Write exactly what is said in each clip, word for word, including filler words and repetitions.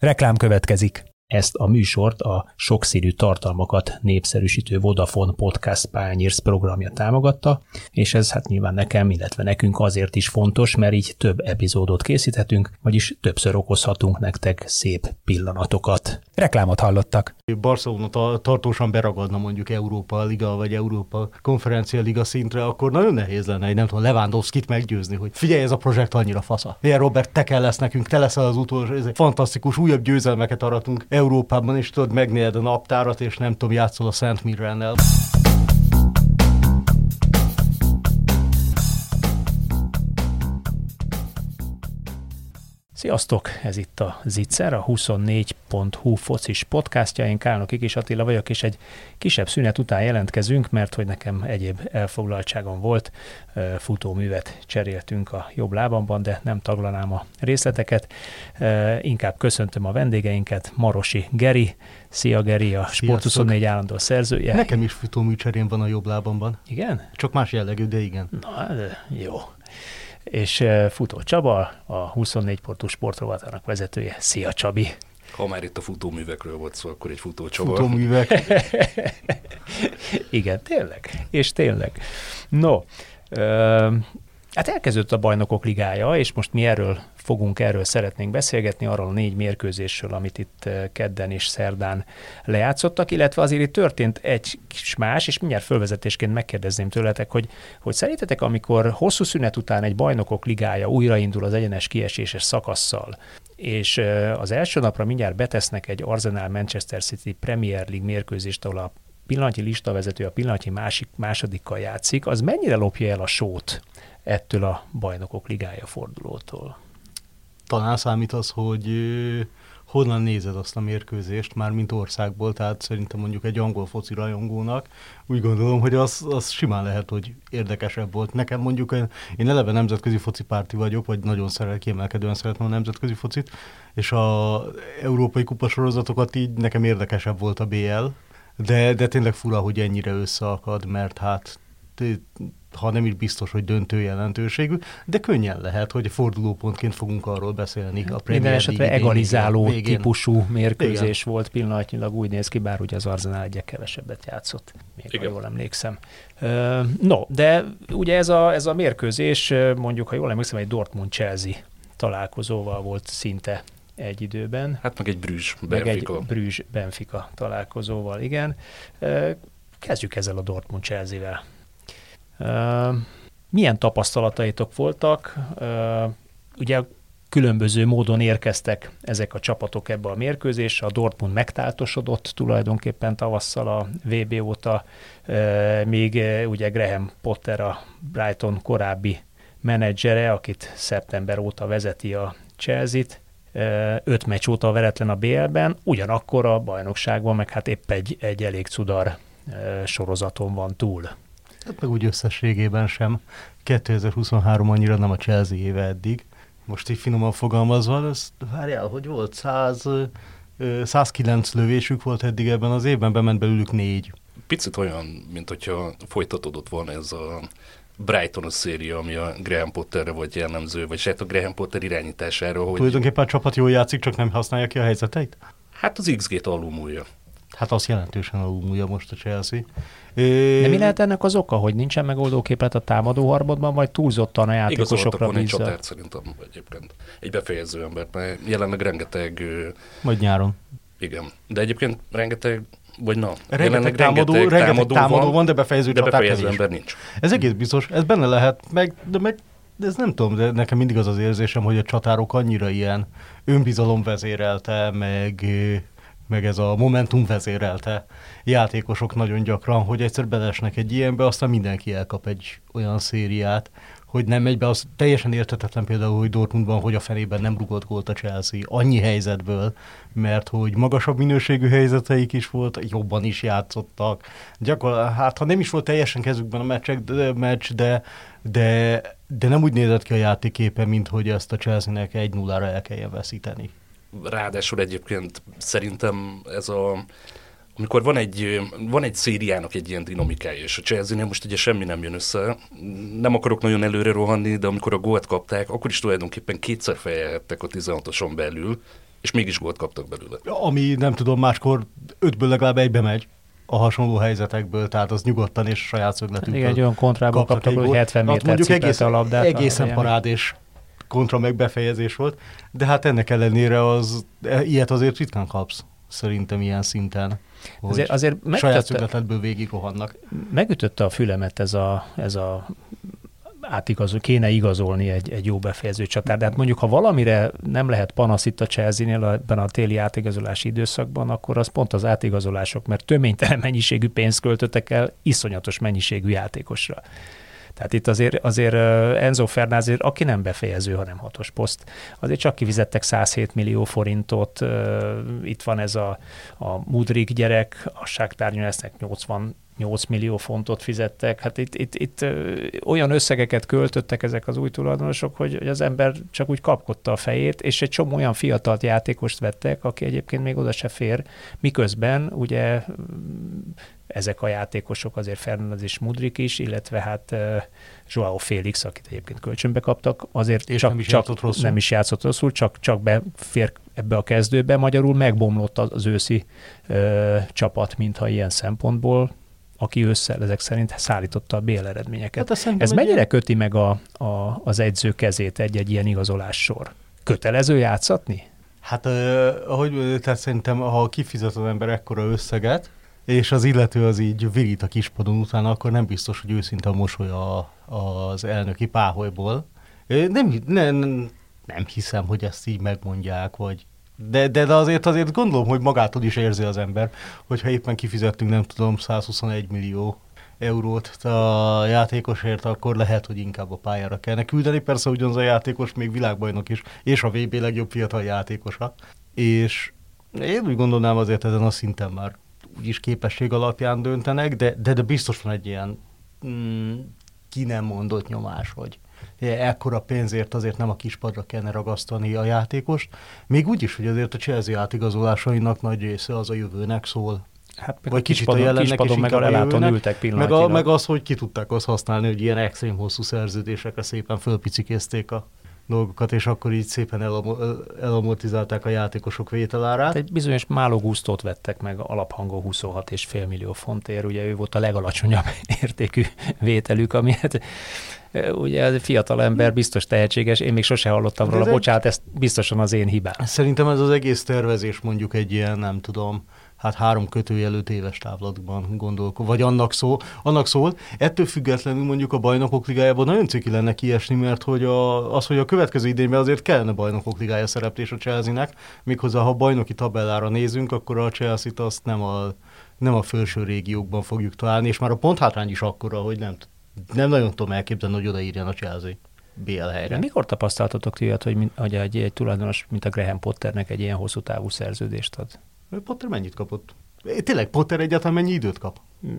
Reklám következik. Ezt a műsort a sokszínű tartalmakat népszerűsítő Vodafone Podcast Pioneers programja támogatta, és ez hát nyilván nekem, illetve nekünk azért is fontos, mert így több epizódot készíthetünk, vagyis többször okozhatunk nektek szép pillanatokat. Reklámot hallottak. Barcelona tartósan beragadna mondjuk Európa Liga vagy Európa Konferencia Liga szintre, akkor nagyon nehéz lenne, hogy nem tudom, Lewandowskit meggyőzni, hogy figyelj, ez a projekt annyira fasza. Milyen Robert, te kell lesz nekünk, te leszel az utolsó, ez egy fantasztikus, újabb győzelmeket aratunk Európában, és tudod, megnézed a naptárat, és nem tudom, játszol a Szent Mirrennel. Sziasztok! Ez itt a Zicser, a huszonnégy pont hu focis podcastja. Én Kálnoky Kis Attila vagyok, és egy kisebb szünet után jelentkezünk, mert hogy nekem egyéb elfoglaltságom volt. Futóművet cseréltünk a jobb lábamban, de nem taglanám a részleteket. Inkább köszöntöm a vendégeinket, Marosi Geri. Szia Geri, a Sport huszonnégy állandó szerzője. Nekem is futóműcserém van a jobb lábamban. Igen? Csak más jellegű, de igen. Na, de jó. És Futó Csaba, a huszonnégy pont hu sportrovatának vezetője. Szia Csabi! Ha már itt a futóművekről volt szó, akkor egy Futó Csaba. Futóművek. Igen, tényleg. És tényleg. No, ö, hát elkezdődött a Bajnokok Ligája, és most mi erről fogunk, erről szeretnénk beszélgetni, arról a négy mérkőzésről, amit itt kedden és szerdán lejátszottak, illetve azért itt történt egy kis más, és mindjárt fölvezetésként megkérdezném tőletek, hogy, hogy szerintetek, amikor hosszú szünet után egy Bajnokok Ligája újraindul az egyenes kieséses szakasszal, és az első napra mindjárt betesznek egy Arsenal-Manchester City Premier League mérkőzést, ahol a pillanatnyi listavezető a pillanatnyi másik, másodikkal játszik, az mennyire lopja el a sót ettől a Bajnokok Ligája fordulótól? Talán számít az, hogy honnan nézed azt a mérkőzést, már mint országból, tehát szerintem mondjuk egy angol foci rajongónak úgy gondolom, hogy az, az simán lehet, hogy érdekesebb volt. Nekem mondjuk, én eleve nemzetközi focipárti vagyok, vagy nagyon szeret, kiemelkedően szeretem a nemzetközi focit, és az európai kupasorozatokat így nekem érdekesebb volt a bé el, de, de tényleg fura, hogy ennyire összeakad, mert hát ha nem is biztos, hogy döntő jelentőségű, de könnyen lehet, hogy fordulópontként fogunk arról beszélni. A Premier Minden esetre egalizáló végén. típusú mérkőzés Igen. volt, pillanatnyilag úgy néz ki, bár ugye az Arsenal egyre kevesebbet játszott, még Igen. ha jól emlékszem. No, de ugye ez a, ez a mérkőzés, mondjuk, ha jól emlékszem, egy Dortmund-Chelsea találkozóval volt szinte egy időben. Hát meg egy Brügg-Benfica. Meg egy Brügg-Benfica találkozóval, igen. Kezdjük ezzel a Dortmund-Chelsea-vel. Uh, milyen tapasztalataitok voltak? Uh, ugye különböző módon érkeztek ezek a csapatok ebbe a mérkőzésre. A Dortmund megtáltosodott tulajdonképpen tavasszal a vé bé óta, uh, még uh, ugye Graham Potter, a Brighton korábbi menedzsere, akit szeptember óta vezeti a Chelsea-t, uh, öt meccs óta veretlen a bé el-ben, ugyanakkor a bajnokságban meg hát épp egy, egy elég cudar uh, sorozaton van túl. Hát meg úgy összességében sem. kétezer-huszonhárom annyira nem a Chelsea éve eddig. Most így finoman fogalmazva, ez, várjál, hogy volt? száz, százkilenc lövésük volt eddig ebben az évben, bement belőlük négy. Picit olyan, mint hogyha folytatódott volna ez a Brighton-os széria, ami a Graham Potterre volt jellemző, vagy saját a Graham Potter irányítására. Hogy... Tulajdonképpen a csapat jól játszik, csak nem használja ki a helyzeteit? Hát az iksz gé-t alulmúlja. Hát az jelentősen alulmúlja most a Chelsea. De mi lehet ennek az oka, hogy nincsen megoldó képlet a támadó harmadban, vagy túlzottan a játékosokra bízza? Igazoltak volna egy bízza? csatárt szerintem egyébként. Egy befejező embert, mert jelenleg rengeteg... Majd nyáron. Igen, de egyébként rengeteg... Vagy na, rengeteg támadó, rengeteg támadó, támadó van, van, de befejező de csatár befejező kevés. ember nincs. Ez egész biztos, ez benne lehet, meg, de meg de ez nem tudom, de nekem mindig az az érzésem, hogy a csatárok annyira ilyen önbizalom vezérelte, meg... meg ez a momentum vezérelte játékosok nagyon gyakran, hogy egyszer belesnek egy ilyenbe, aztán mindenki elkap egy olyan szériát, hogy nem megy be. Az teljesen érthetetlen például, hogy Dortmundban, hogy a fenében nem rugott gólt a Chelsea annyi helyzetből, mert hogy magasabb minőségű helyzeteik is volt, jobban is játszottak. Gyakor, hát ha nem is volt teljesen kezükben a meccsek, de, meccs, de, de, de nem úgy nézett ki a játéképe, mint hogy ezt a Chelsea-nek egy nullára el kelljen veszíteni. Ráadásul egyébként szerintem ez a... Amikor van egy, van egy szériának egy ilyen dinamikája, és a Chelsea-nél most ugye semmi nem jön össze, nem akarok nagyon előre rohanni, de amikor a gólt kapták, akkor is tulajdonképpen kétszer fejelhettek a tizenhatoson belül, és mégis gólt kaptak belőle. Ami nem tudom, máskor ötből legalább egybe megy a hasonló helyzetekből, tehát az nyugodtan és saját szögletükből. Igen, egy olyan kontrában kaptak, hogy hetven méter cipelte a labdát. Egészen a, parádés kontra megbefejezés volt, de hát ennek ellenére az, ilyet azért ritkán kapsz, szerintem ilyen szinten. Azért, azért saját szögletedből végig rohannak. Megütötte a fülemet ez a, ez a átigazol, kéne igazolni egy, egy jó befejező csatár. De hát mondjuk, ha valamire nem lehet panasz itt a Chelsea-nél ebben a téli átigazolási időszakban, akkor az pont az átigazolások, mert töménytelen mennyiségű pénzt költöttek el iszonyatos mennyiségű játékosra. Tehát itt azért, azért Enzo Fernández, aki nem befejező, hanem hatos poszt, azért csak kifizettek száz hét millió forintot, itt van ez a, a Mudryk gyerek, a Shakhtar Donetsknek nyolcvannyolc millió fontot fizettek, hát itt, itt, itt olyan összegeket költöttek ezek az új tulajdonosok, hogy, hogy az ember csak úgy kapkodta a fejét, és egy csomó olyan fiatal játékost vettek, aki egyébként még oda se fér, miközben ugye ezek a játékosok azért Fernández és Mudryk is, illetve hát uh, Joao Félix, akit egyébként kölcsönbe kaptak, azért és csak, nem is csak játszott rosszul. Nem is játszott rosszul, csak, csak befér ebbe a kezdőbe, magyarul megbomlott az őszi uh, csapat, mintha ilyen szempontból, aki ősszel ezek szerint szállította a bé el eredményeket. Hát ez mennyire ilyen... köti meg a, a, az edző kezét egy-egy ilyen igazolás sor? Kötelező játszatni? Hát, uh, ahogy, tehát szerintem, ha kifizet az ember ekkora összeget, és az illető az így virít a kispadon utána, akkor nem biztos, hogy őszinte a mosoly a, az elnöki páholyból. Nem, nem, nem hiszem, hogy ezt így megmondják, vagy... De, de, de azért, azért gondolom, hogy magától is érzi az ember, hogyha éppen kifizettünk, nem tudom, százhuszonegy millió eurót a játékosért, akkor lehet, hogy inkább a pályára kellene küldeni. Persze ugyanaz a játékos még világbajnok is, és a vé bé legjobb fiatal játékosa. És én úgy gondolnám, azért ezen a szinten már úgyis képesség alapján döntenek, de, de, de biztos van egy ilyen mm, ki nem mondott nyomás, hogy ekkora pénzért azért nem a kispadra kellene ragasztani a játékost. Még úgy is, hogy azért a Chelsea átigazolásainak nagy része az a jövőnek szól. Hát meg vagy a kicsit kispadon, a jelennek, kispadon és meg a lelátón ültek pillanatilag. Meg, a, meg az, hogy ki tudták azt használni, hogy ilyen extrém hosszú szerződésekre szépen fölpicikézték a dolgokat, és akkor így szépen elam- elamortizálták a játékosok vételárát. Hát egy bizonyos Malo Gustót vettek meg alaphangon huszonhat egész öt millió fontért, ugye ő volt a legalacsonyabb értékű vételük, ami hát ugye a fiatal ember biztos tehetséges, én még sose hallottam róla, bocsánat, ez biztosan az én hibám. Szerintem ez az egész tervezés mondjuk egy ilyen, nem tudom, hát három kötőjelű éves távlatban gondolkod, vagy annak szól, annak szól. Ettől függetlenül mondjuk a Bajnokok Ligájában nagyon ciki lenne kiesni, mert hogy a, az, hogy a következő idényben azért kellene Bajnokok Ligája szereplés a Chelsea-nek, méghozzá ha bajnoki tabellára nézünk, akkor a Chelsea-t azt nem a, nem a felső régiókban fogjuk találni, és már a ponthátrány is akkora, hogy nem, nem nagyon tudom elképzelni, hogy odaírjan a Chelsea bé el helyre. Mikor tapasztaltatok ti, hogy, hogy egy, egy tulajdonos, mint a Graham Potternek egy ilyen hosszú távú szerződést ad? Potter mennyit kapott? Tényleg Potter egyáltalán mennyi időt kap?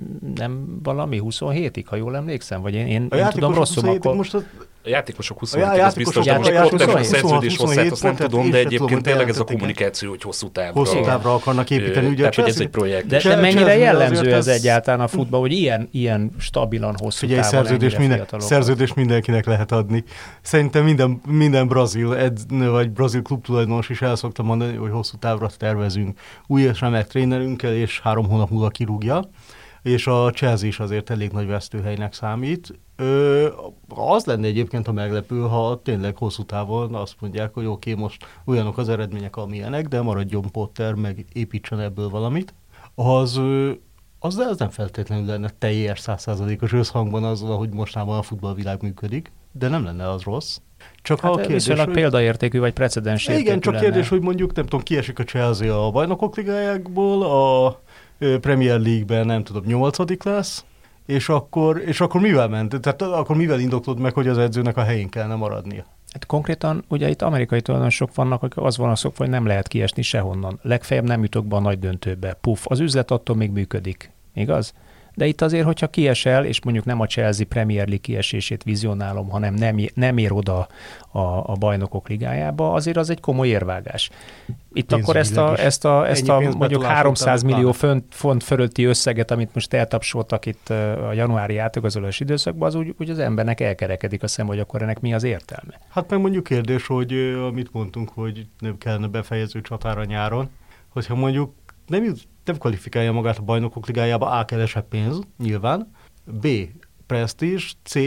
Nem valami huszonhétig, ha jól emlékszem, vagy én, én, én tudom rosszul, akkor... Most az... A játékosok huszonhétig, a az biztos, de most Potternek a szerződés hosszát, azt nem tudom, de egyébként tényleg ez a kommunikáció, hogy hosszú távra. Hosszú távra akarnak építeni, ugye? Tehát, hogy ez egy projekt. De, de mennyire jellemző ez egyáltalán a futball, hogy ilyen, ilyen stabilan, hosszú távon szerződés, minden, szerződés mindenkinek lehet adni. Szerintem minden, minden brazil, ed, vagy brazil klubtulajdonos is el szokta mondani, hogy hosszú távra tervezünk. Új és remek trénerünkkel, és három hónap múlva kirúgja. És a Chelsea is azért elég nagy vesztőhelynek számít. Ö, az lenne egyébként a meglepő, ha tényleg hosszú távon azt mondják, hogy oké, okay, most olyanok az eredmények, amilyenek, de maradjon Potter, meg építsen ebből valamit. Az, az, az nem feltétlenül lenne teljes száz százalékos összhangban azzal, ahogy mostanában a futballvilág működik, de nem lenne az rossz. Csak hát a kérdés, viszonylag hogy... példaértékű vagy precedens értékű igen, csak lenne. kérdés, hogy mondjuk, nem tudom, kiesik a Chelsea a Bajnokok Ligájából, a Premier League-ben nem tudom, nyolcadik lesz, és akkor, és akkor mivel ment? Tehát akkor mivel indoklod meg, hogy az edzőnek a helyén kellene maradnia? Hát konkrétan ugye itt amerikai tulajdonosok vannak, akik az van a szokva, hogy nem lehet kiesni sehonnan. Legfeljebb nem jutok be a nagy döntőbe. Puff, az üzlet attól még működik. Igaz? de itt azért, hogyha kiesel, és mondjuk nem a Chelsea Premier League kiesését vizionálom, hanem nem, nem ér oda a, a bajnokok ligájába, azért az egy komoly érvágás. Itt akkor ezt a, ezt a, ezt a mondjuk háromszáz millió font fölötti összeget, amit most eltapsoltak itt a januári átigazolási időszakban, az úgy, úgy az embernek elkerekedik a szem, hogy akkor ennek mi az értelme. Hát meg mondjuk kérdés, hogy amit mondtunk, hogy nem kellene befejező csatára nyáron, hogyha mondjuk nem, jut, nem kvalifikálja magát a bajnokok ligájába, A, kevesebb pénz, nyilván, B, presztízs, C,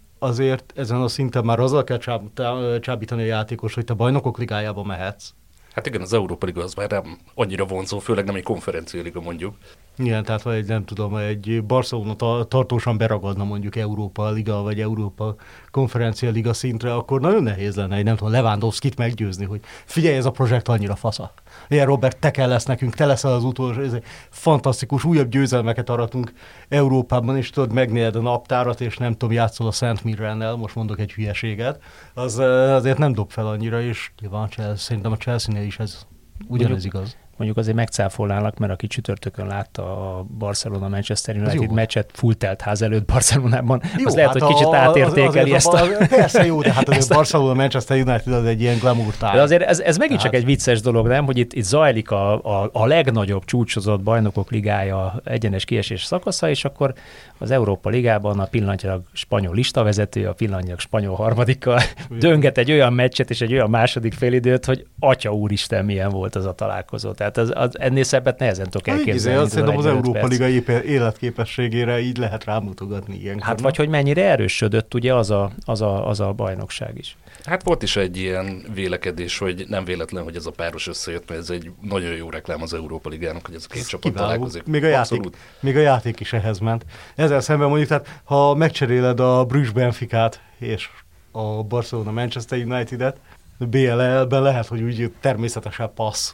azért ezen a szinten már azzal kell csáb, csábítani a játékos, hogy te bajnokok ligájába mehetsz. Hát igen, az Európa Liga az már nem annyira vonzó, főleg nem egy konferencia liga mondjuk. Igen, tehát vagy nem tudom, egy Barcelona tartósan beragadna mondjuk Európa Liga vagy Európa Konferencia Liga szintre, akkor nagyon nehéz lenne, egy nem tudom, Lewandowskit meggyőzni, hogy figyelj, ez a projekt annyira fasza. Ilyen Robert, te kell lesz nekünk, te leszel az utolsó, ez egy fantasztikus, újabb győzelmeket aratunk Európában, és tudod, megnézed a naptárat, és nem tudom, játszol a Szent Mirrennel, most mondok egy hülyeséget, az azért nem dob fel annyira, és nyilván szerintem a Chelsea-nél is ez ugyanez igaz. Mondjuk azért megcáfolnának, mert aki csütörtökön látta a Barcelona-Manchester United meccset full-telt ház előtt Barcelonában, jó, az lehet, hát hogy kicsit átértékeli az, az, az, ezt a... Persze jó, de hát azért Barcelona-Manchester United az egy ilyen glamour táj. De azért ez, ez megint tehát... csak egy vicces dolog, nem? Hogy itt, itt zajlik a, a, a legnagyobb csúcsozott bajnokok ligája egyenes kiesés szakasza, és akkor az Európa Ligában a pillanatnyilag spanyol listavezető, a pillanatnyilag spanyol harmadikkal dönget egy olyan meccset és egy olyan második félidőt, hogy atya úristen, milyen volt az a találkozó. Tehát az, az, ennél szebbet nehezen tudok elképzelni. Azt szerintem az Európa Liga életképességére így lehet rámutogatni ilyenkor. Hát vagy hogy mennyire erősödött ugye az a, az, a, az a bajnokság is. Hát volt is egy ilyen vélekedés, hogy nem véletlen, hogy ez a páros összejött, mert ez egy nagyon jó reklám az Európa Ligának, hogy ez a két ez csapat kiváló. Találkozik. Még a, játék, még a játék is ehhez ment. Ezzel szemben mondjuk, tehát ha megcseréled a Bruges Benficát és a Barcelona Manchester United-et, bé el el-ben lehet, hogy úgy természetesen passz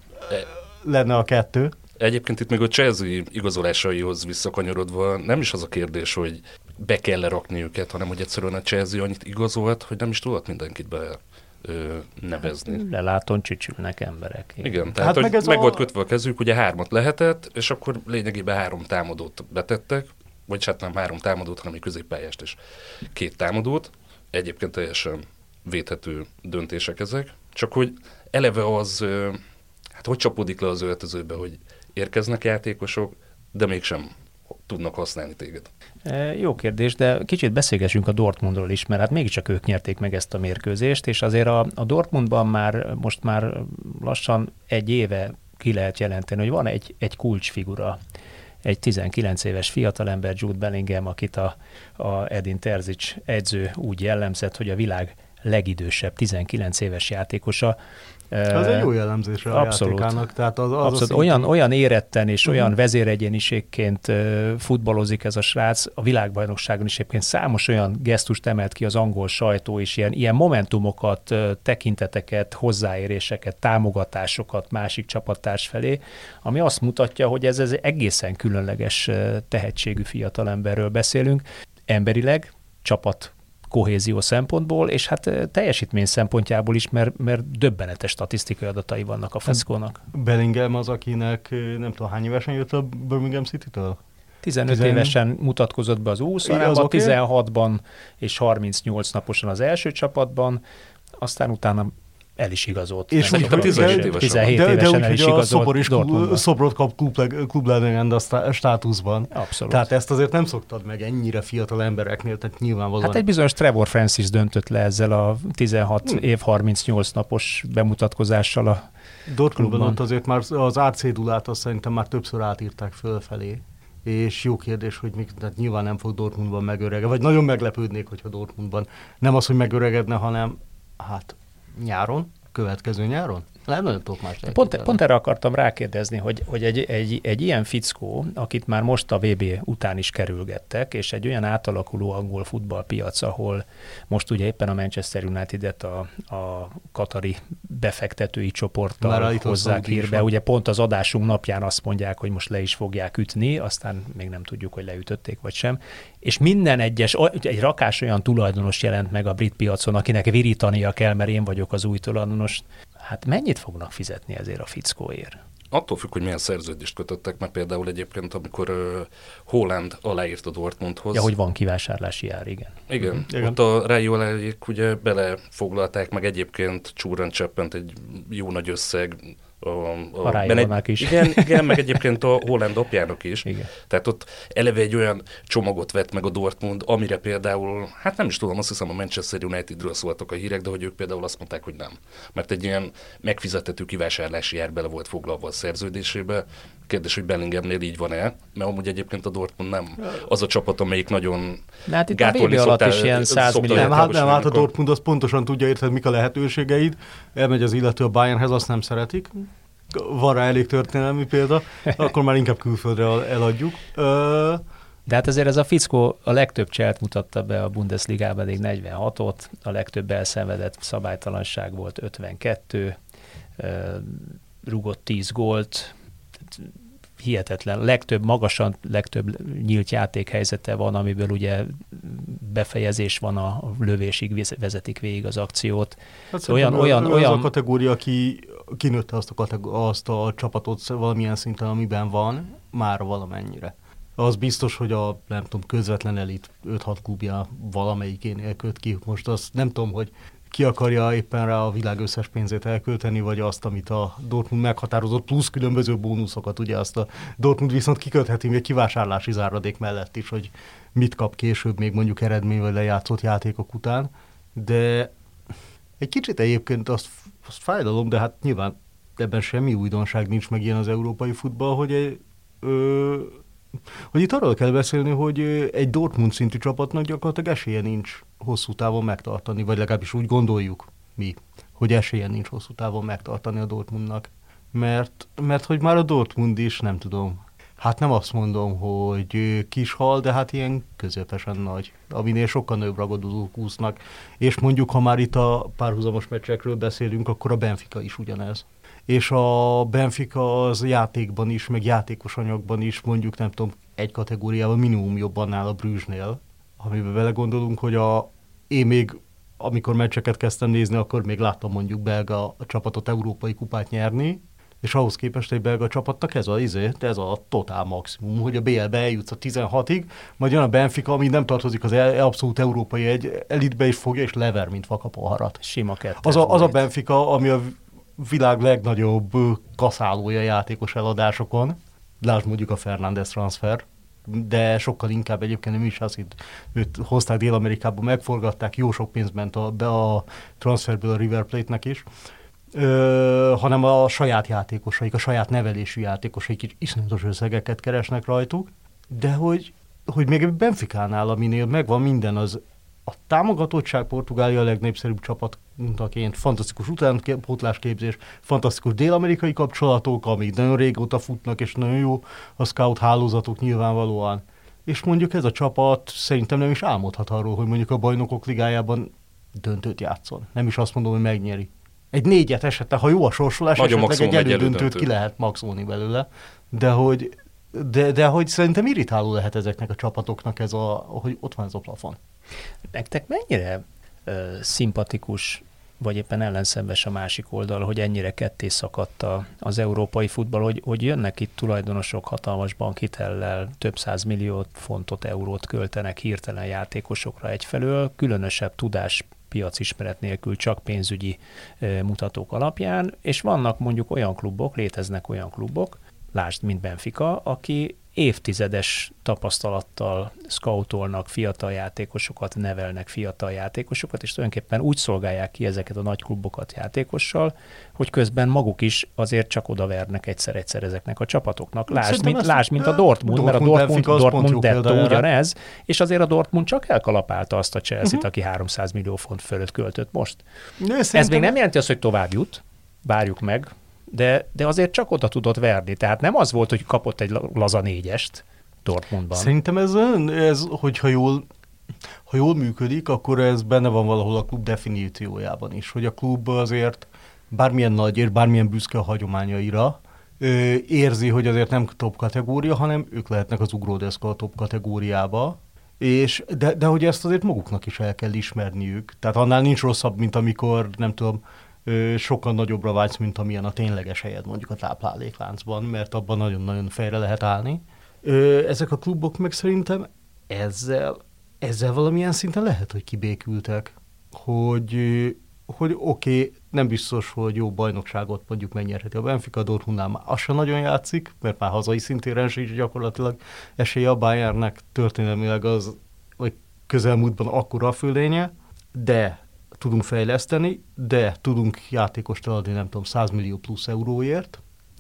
lenne a kettő. Egyébként itt még a Chelsea igazolásaihoz visszakanyarodva nem is az a kérdés, hogy be kell rakni őket, hanem hogy egyszerűen a Chelsea annyit igazolt, hogy nem is tudott mindenkit be ö, nevezni. Leláton csücsülnek emberek. Igen, igen tehát hát meg, hogy meg a... volt kötve a kezük, ugye hármat lehetett, és akkor lényegében három támadót betettek, vagy hát nem három támadót, hanem egy középpályást és két támadót. Egyébként teljesen védhető döntések ezek, csak hogy eleve az... Ö, Hát hogy csapódik le az öltözőbe, hogy érkeznek játékosok, de mégsem tudnak használni téged? E, jó kérdés, de kicsit beszélgessünk a Dortmundról is, mert hát mégiscsak ők nyerték meg ezt a mérkőzést, és azért a, a Dortmundban már most már lassan egy éve ki lehet jelenteni, hogy van egy, egy kulcsfigura, egy tizenkilenc éves fiatalember, Jude Bellingham, akit a, a Edin Terzic edző úgy jellemzett, hogy a világ legidősebb tizenkilenc éves játékosa. Ez egy jó jellemzése a abszolút, játékának. Tehát az, az abszolút. Olyan, olyan éretten és uh-huh. olyan vezéregyéniségként futballozik ez a srác. A világbajnokságon is egyébként számos olyan gesztust emelt ki az angol sajtó, és ilyen, ilyen momentumokat, tekinteteket, hozzáéréseket, támogatásokat másik csapattárs felé, ami azt mutatja, hogy ez, ez egészen különleges tehetségű fiatalemberről beszélünk. Emberileg, csapat kohézió szempontból, és hát teljesítmény szempontjából is, mert, mert döbbenetes statisztikai adatai vannak a Feszkónak. Bellingham az, akinek nem tudom, hány évesen jött a Birmingham City-től? tizenöt Tizen... évesen mutatkozott be az U huszonban, okay. tizenhatban és harmincnyolc naposan az első csapatban, aztán utána el is igazolt. És a tizenhét évesen, tizenhét évesen de, de el is igazolt Dortmundban. Szobrot kap klublegenda státuszban. Abszolút. Tehát ezt azért nem szoktad meg ennyire fiatal embereknél, tehát nyilvánvalóan. Hát egy bizonyos Trevor Francis döntött le ezzel a tizenhat hmm. év harmincnyolc napos bemutatkozással a Dortmundban ott azért már az árcédulát azt szerintem már többször átírták fölfelé. És jó kérdés, hogy még, tehát nyilván nem fog Dortmundban megöregedni, vagy nagyon meglepődnék, hogyha Dortmundban nem az, hogy megöregedne, hanem hát nyáron, következő nyáron? Nem nagyon tudok más pont, pont erre akartam rákérdezni, hogy, hogy egy, egy, egy ilyen fickó, akit már most a vé bé után is kerülgettek, és egy olyan átalakuló angol futballpiac, ahol most ugye éppen a Manchester United-et a, a katari befektetői csoporttal hozzák hírbe. Ugye pont az adásunk napján azt mondják, hogy most le is fogják ütni, aztán még nem tudjuk, hogy leütötték vagy sem. És minden egyes, egy rakás olyan tulajdonos jelent meg a brit piacon, akinek virítania kell, mert én vagyok az új tulajdonos. Hát mennyit fognak fizetni ezért a fickóért? Attól függ, hogy milyen szerződést kötöttek, mert például egyébként, amikor uh, Haaland aláírt a Dortmundhoz. Ja, hogy van kivásárlási ár, igen. Igen, igen. ott a Raioláék ugye belefoglalták, meg egyébként Csúran Cseppent egy jó nagy összeg. A, a, a Raiolának is. Igen, igen, meg egyébként a Haaland apjának is. Igen. Tehát ott eleve egy olyan csomagot vett meg a Dortmund, amire például, hát nem is tudom, azt hiszem a Manchester Unitedről szóltak a hírek, de hogy ők például azt mondták, hogy nem. Mert egy ilyen megfizethető kivásárlási ár bele volt foglalva a szerződésébe. Kérdés, hogy Bellinghamnél így van-e, mert amúgy egyébként a Dortmund nem az a csapat, amelyik nagyon de hát itt a vé bé alatt is ilyen száz millió. Nem, hát, nem, hát a Dortmund az pontosan tudja, érted, mik a lehetőségeid. Elmegy az illető a Bayernhez, azt nem szeretik. Van rá elég történelmi példa, akkor már inkább külföldre eladjuk. De hát azért ez a fickó a legtöbb cselt mutatta be a Bundesligában, eddig negyvenhatot, a legtöbb elszenvedett szabálytalanság volt ötvenkettő, rugott tíz gólt, hihetetlen, legtöbb, magasan legtöbb nyílt játékhelyzete van, amiből ugye befejezés van, a lövésig vezetik végig az akciót. Hát olyan, olyan, olyan, olyan... olyan... a kategória, aki kinőtte azt a, kategó- azt a csapatot valamilyen szinten, amiben van, már valamennyire. Az biztos, hogy a, nem tudom, közvetlen elit öt-hat klubja valamelyikénél köt ki. Most azt nem tudom, hogy ki akarja éppen rá a világ összes pénzét elkölteni, vagy azt, amit a Dortmund meghatározott, plusz különböző bónuszokat, ugye azt a Dortmund viszont kikötheti még kivásárlási záradék mellett is, hogy mit kap később még mondjuk eredmény vagy lejátszott játékok után, de egy kicsit egyébként azt, azt fájdalom, de hát nyilván ebben semmi újdonság nincs meg ilyen az európai futball, hogy egy, ö, hogy itt arról kell beszélni, hogy egy Dortmund szintű csapatnak gyakorlatilag esélye nincs hosszú távon megtartani, vagy legalábbis úgy gondoljuk mi, hogy esélye nincs hosszú távon megtartani a Dortmundnak. Mert, mert hogy már a Dortmund is, nem tudom, hát nem azt mondom, hogy kis hal, de hát ilyen közepesen nagy, aminél sokkal nőbb ragadozók úsznak. És mondjuk, ha már itt a párhuzamos meccsekről beszélünk, akkor a Benfica is ugyanez. És a Benfica az játékban is, meg játékos anyagban is, mondjuk nem tudom, egy kategóriában minimum jobban áll a Brugesnél, amiben belegondolunk, hogy a, én még, amikor meccseket kezdtem nézni, akkor még láttam mondjuk belga a csapatot európai kupát nyerni, és ahhoz képest egy belga csapatnak ez a, ez a totál maximum, hogy a bé el-be eljutsz a tizenhatig, majd jön a Benfica, ami nem tartozik az abszolút európai egy elitbe, és fogja, és lever, mint vakapoharat. Sima kettő. Az a, az a Benfica, ami a világ legnagyobb kaszálója játékos eladásokon, lásd mondjuk a Fernández transfer, de sokkal inkább egyébként nem is az, hogy őt hozták Dél-Amerikába, megforgatták, jó sok pénz ment a, be a transferből a River Plate-nek is, ö, hanem a saját játékosaik, a saját nevelésű játékosaik is iszonyatos összegeket keresnek rajtuk, de hogy, hogy még Benficánál, aminél megvan minden, az a támogatottság, Portugália a legnépszerűbb csapatként, fantasztikus utánpótlásképzés, fantasztikus dél-amerikai kapcsolatok, amik nagyon régóta futnak, és nagyon jó a scout hálózatok nyilvánvalóan. És mondjuk ez a csapat szerintem nem is álmodhat arról, hogy mondjuk a Bajnokok Ligájában döntőt játszon. Nem is azt mondom, hogy megnyeri. Egy négyet esetleg, ha jó a sorsolás, nagyon esetleg egy elődöntőt elődöntő. Ki lehet maxolni belőle, de hogy, de, de hogy szerintem irritáló lehet ezeknek a csapatoknak ez a, hogy ott van ez a plafon. Nektek mennyire ö, szimpatikus, vagy éppen ellenszenves a másik oldal, hogy ennyire ketté szakadt a, az európai futball, hogy, hogy jönnek itt tulajdonosok hatalmas bankhitellel, több száz millió fontot, eurót költenek hirtelen játékosokra egyfelől, különösebb tudás, piacismeret nélkül, csak pénzügyi ö, mutatók alapján, és vannak mondjuk olyan klubok, léteznek olyan klubok, lásd, mint Benfica, aki évtizedes tapasztalattal scoutolnak fiatal játékosokat, nevelnek fiatal játékosokat, és tulajdonképpen úgy szolgálják ki ezeket a nagy klubokat játékossal, hogy közben maguk is azért csak odavernek egyszer-egyszer ezeknek a csapatoknak. Lásd, mint, lásd, mint a Dortmund, Dortmund mert a Dortmund, Dortmund dettó ugyanez, és azért a Dortmund csak elkalapálta azt a Chelsea-t, uh-huh. aki háromszáz millió font fölött költött most. Ez szerintem... még nem jelenti azt, hogy tovább jut, várjuk meg, De, de azért csak oda tudott verni. Tehát nem az volt, hogy kapott egy laza négyest Dortmundban. Szerintem ez, ez hogyha jól, ha jól működik, akkor ez benne van valahol a klub definíciójában is, hogy a klub azért bármilyen nagy és bármilyen büszke a hagyományaira érzi, hogy azért nem top kategória, hanem ők lehetnek az ugródeszka a top kategóriába, és, de, de hogy ezt azért maguknak is el kell ismerniük. Tehát annál nincs rosszabb, mint amikor, nem tudom, sokkal nagyobbra vágysz, mint amilyen a tényleges helyed mondjuk a táplálékláncban, mert abban nagyon-nagyon fejre lehet állni. Ezek a klubok meg szerintem ezzel, ezzel valamilyen szinten lehet, hogy kibékültek, hogy, hogy oké, okay, nem biztos, hogy jó bajnokságot mondjuk megnyerheti a Benfica, a Dortmundnál már az sem nagyon játszik, mert már hazai szintéren sincs gyakorlatilag esélye a Bayernnek, történelmileg az, vagy közelmúltban akkora a fölénye, de tudunk fejleszteni, de tudunk játékost eladni, nem tudom, száz millió plusz euróért,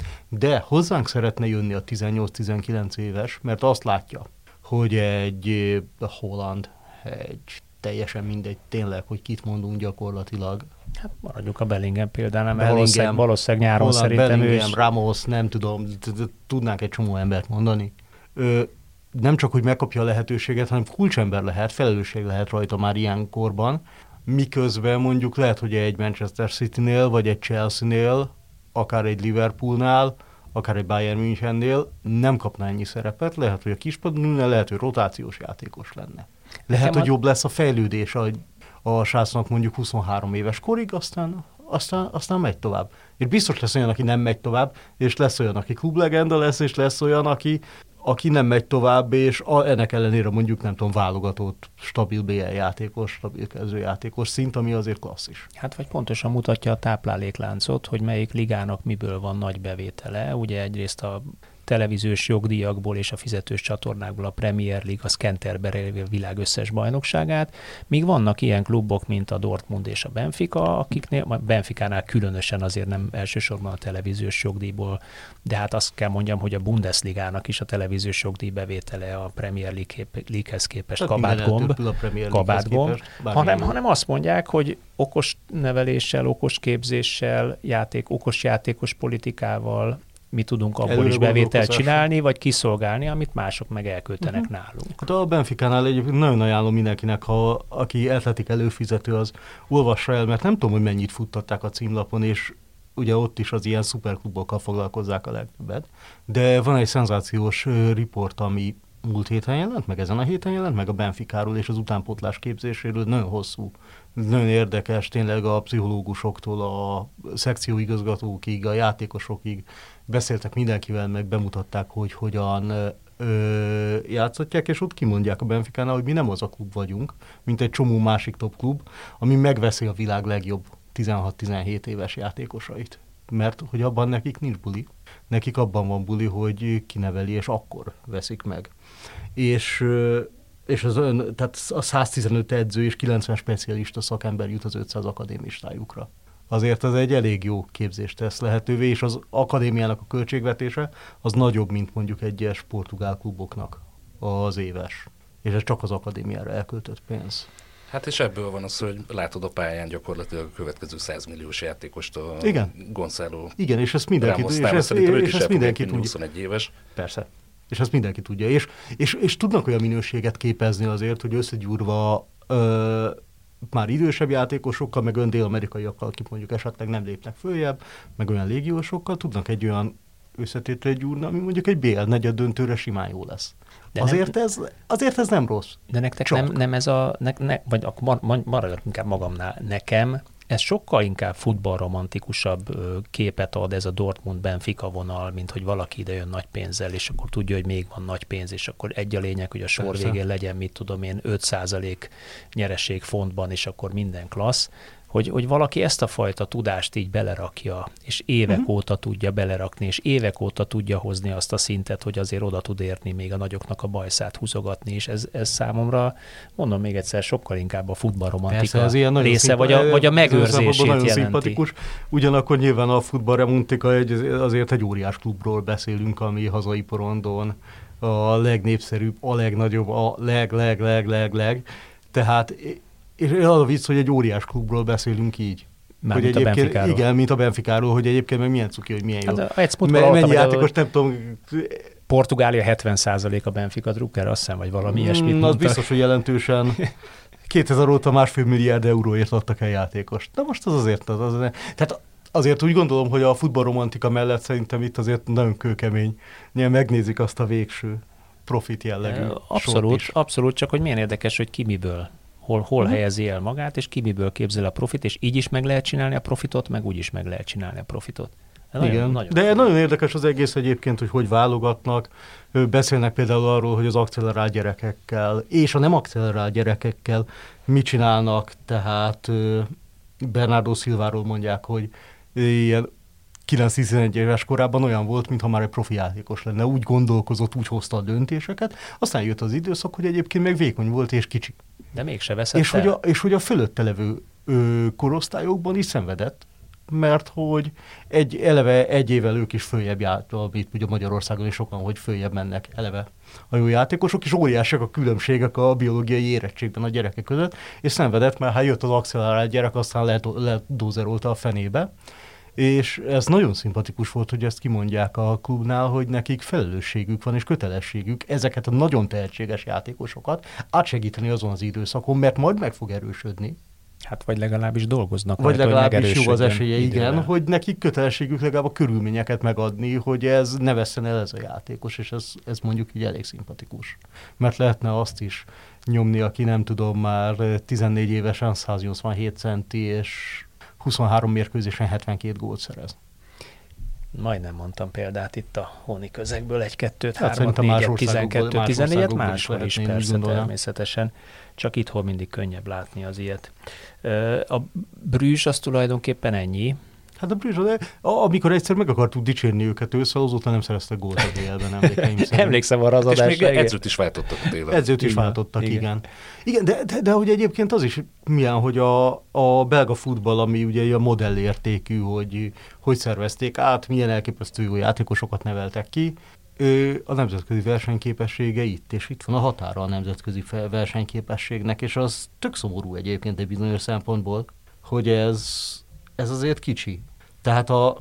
de hozzánk szeretne jönni a tizennyolc-tizenkilenc éves, mert azt látja, hogy egy holland, egy teljesen mindegy, tényleg, hogy kit mondunk gyakorlatilag. Hát maradjuk a Bellingham példánál, mert valószínűleg, valószínűleg nyáron Holland, szerintem Bellingham, is... Ramos, nem tudom, tudnánk egy csomó embert mondani. Ö, nem csak, hogy megkapja a lehetőséget, hanem kulcsember lehet, felelősség lehet rajta már ilyen korban, miközben mondjuk lehet, hogy egy Manchester Citynél, vagy egy Chelsea-nél, akár egy Liverpoolnál, akár egy Bayern Münchennél nem kapná ennyi szerepet, lehet, hogy a kispadon ülne, lehet, hogy rotációs játékos lenne. Lehet, Nekem hogy a... jobb lesz a fejlődés a, a srácnak mondjuk huszonhárom éves korig, aztán, aztán, aztán megy tovább. És biztos lesz olyan, aki nem megy tovább, és lesz olyan, aki klublegenda lesz, és lesz olyan, aki, aki nem megy tovább, és a, ennek ellenére mondjuk, nem tudom, válogatott, stabil bé el játékos, stabil kezdőjátékos szint, ami azért klasszis. Hát vagy pontosan mutatja a táplálékláncot, hogy melyik ligának miből van nagy bevétele. Ugye egyrészt a televíziós jogdíjakból és a fizetős csatornákból a Premier League, a Canterbury a világ összes bajnokságát, míg vannak ilyen klubok, mint a Dortmund és a Benfica, akiknél, a Benficánál különösen azért nem elsősorban a televíziós jogdíjból, de hát azt kell mondjam, hogy a Bundesligának is a televíziós jogdíj bevétele a Premier League-hez képest kabátgomb, kabátgomb hanem, hanem azt mondják, hogy okos neveléssel, okos képzéssel, játék, okos játékos politikával mi tudunk abból Előre is bevételt csinálni, vagy kiszolgálni, amit mások meg elköltenek uh-huh. nálunk. Hát a Benficánál egy nagyon ajánlom mindenkinek, ha aki atletik előfizető, az olvassa el, mert nem tudom, hogy mennyit futtatták a címlapon, és ugye ott is az ilyen szuperklubokkal foglalkozzák a legtöbbet. De van egy szenzációs riport, ami múlt héten jelent, meg ezen a héten jelent, meg a Benficáról és az utánpótlás képzéséről, nagyon hosszú, nagyon érdekes, tényleg a pszichológusoktól a szekcióigazgatókig, a játékosokig beszéltek mindenkivel, meg bemutatták, hogy hogyan ö, játszotják, és ott kimondják a Benficánál, hogy mi nem az a klub vagyunk, mint egy csomó másik top klub, ami megveszi a világ legjobb tizenhat-tizenhét éves játékosait. Mert hogy abban nekik nincs buli. Nekik abban van buli, hogy kineveli, és akkor veszik meg. És, és az ön, tehát a száztizenöt edző és kilencven specialista szakember jut az ötszáz akadémistájukra. Azért az egy elég jó képzést tesz lehetővé, és az akadémiának a költségvetése az nagyobb, mint mondjuk egyes portugál kluboknak az éves. És ez csak az akadémiára elköltött pénz. Hát és ebből van az, hogy látod a pályán gyakorlatilag a következő száz milliós játékost, a Igen. Gonzalo. Igen, és ezt mindenki, és ezt, és ezt mindenki tudja. huszonegy éves. Persze. És ezt mindenki tudja. És, és, és tudnak olyan minőséget képezni azért, hogy összegyúrva ö, már idősebb játékosokkal, meg olyan dél-amerikaiakkal, akik mondjuk esetleg nem lépnek följebb, meg olyan légiósokkal tudnak egy olyan összetétre gyúrni, ami mondjuk egy bé el negyed döntőre simán jó lesz. De azért, nem, ez, azért ez nem rossz. De nektek nem, nem ez a, ne, ne, vagy akkor maradjak inkább magamnál, nekem ez sokkal inkább futballromantikusabb képet ad ez a Dortmund-Benfica vonal, mint hogy valaki ide jön nagy pénzzel, és akkor tudja, hogy még van nagy pénz, és akkor egy a lényeg, hogy a sor Persze. végén legyen, mit tudom én, öt százalék nyereség fontban, és akkor minden klassz. Hogy, hogy valaki ezt a fajta tudást így belerakja, és évek uh-huh. óta tudja belerakni, és évek óta tudja hozni azt a szintet, hogy azért oda tud érni még a nagyoknak a bajszát húzogatni, és ez, ez számomra, mondom még egyszer, sokkal inkább a futballromantika része, szimpa- vagy, a, vagy a megőrzését jelenti. Szimpatikus. Ugyanakkor nyilván a futballromantika egy, azért egy óriás klubról beszélünk, ami hazai porondon a legnépszerűbb, a legnagyobb, a leg-leg-leg-leg-leg. Tehát és az a vicc, hogy egy óriás klubról beszélünk így. Már hogy mint a Benficáról. Igen, mint a Benficáról, hogy egyébként meg milyen cuki, hogy milyen jó. Hát, egy Me- mennyi játékos, nem tudom... Portugália hetven százalék a Benfica drukker, azt hiszem, vagy valami ilyesmit mm, mondtak. Az biztos, hogy jelentősen kétezer óta másfél milliárd euróért adtak el játékost. De most az azért... Az, az, az, tehát azért úgy gondolom, hogy a futballromantika mellett szerintem itt azért nagyon kőkemény. Nyilván megnézik azt a végső profit jellegű Abszolút, abszolút, csak hogy milyen érdekes, hogy ki miből hol, hol uh-huh. helyezi el magát, és ki miből képzel a profit, és így is meg lehet csinálni a profitot, meg úgy is meg lehet csinálni a profitot. Nagyon, igen, nagyon de nagyon, nagyon érdekes az egész egyébként, hogy hogy válogatnak. Beszélnek például arról, hogy az akcelerált gyerekekkel és a nem akcelerált gyerekekkel mit csinálnak, tehát Bernardo Silváról mondják, hogy ilyen kilenc-tizenegy éves korában olyan volt, mintha már egy profi játékos lenne. Úgy gondolkozott, úgy hozta a döntéseket, aztán jött az időszak, hogy egyébként meg vékony volt és kicsi. De mégse veszett és, hogy a, és hogy a fölötte levő ö, korosztályokban is szenvedett, mert hogy egy, eleve egy évvel ők is följebb járt, amit ugye Magyarországon is sokan, hogy följebb mennek eleve a jó játékosok, és óriásak a különbségek a biológiai érettségben a gyerekek között, és szenvedett, mert ha jött az accelerált gyerek, aztán ledózerolta a fenébe, és ez nagyon szimpatikus volt, hogy ezt kimondják a klubnál, hogy nekik felelősségük van és kötelességük ezeket a nagyon tehetséges játékosokat átsegíteni azon az időszakon, mert majd meg fog erősödni. Hát vagy legalábbis dolgoznak. Vagy rajta, legalábbis jó az esélye, idővel. Igen, hogy nekik kötelességük legalább a körülményeket megadni, hogy ez ne vesszen el ez a játékos, és ez, ez mondjuk így elég szimpatikus. Mert lehetne azt is nyomni, aki nem tudom már tizennégy évesen száznyolcvanhét centi, és huszonhárom mérkőzésen hetvenkét gólt szerez. Majdnem mondtam példát itt a honi közegből, egy-kettőt, hát hármat, négyet, tizenkettőt, tizennégyet, máshol is persze természetesen. Csak itthon mindig könnyebb látni az ilyet. A Brüzs az tulajdonképpen ennyi. Hát a Brüzs, amikor egyszer meg akartuk dicsérni őket ősszel, azóta nem szereztek gólt a bé el-ben, emlékeim szerint. Emlékszem arra az adásra. És még edzőt is váltottak télen. Edzőt is igen, váltottak, igen. Igen, igen de, de, de hogy egyébként az is milyen, hogy a, a belga futball, ami ugye a modellértékű, hogy hogy szervezték át, milyen elképesztő jó játékosokat neveltek ki, a nemzetközi versenyképessége itt, és itt van a határa a nemzetközi versenyképességnek, és az tök szomorú egyébként egy bizonyos szempontból, hogy ez, ez azért kicsi. Tehát a,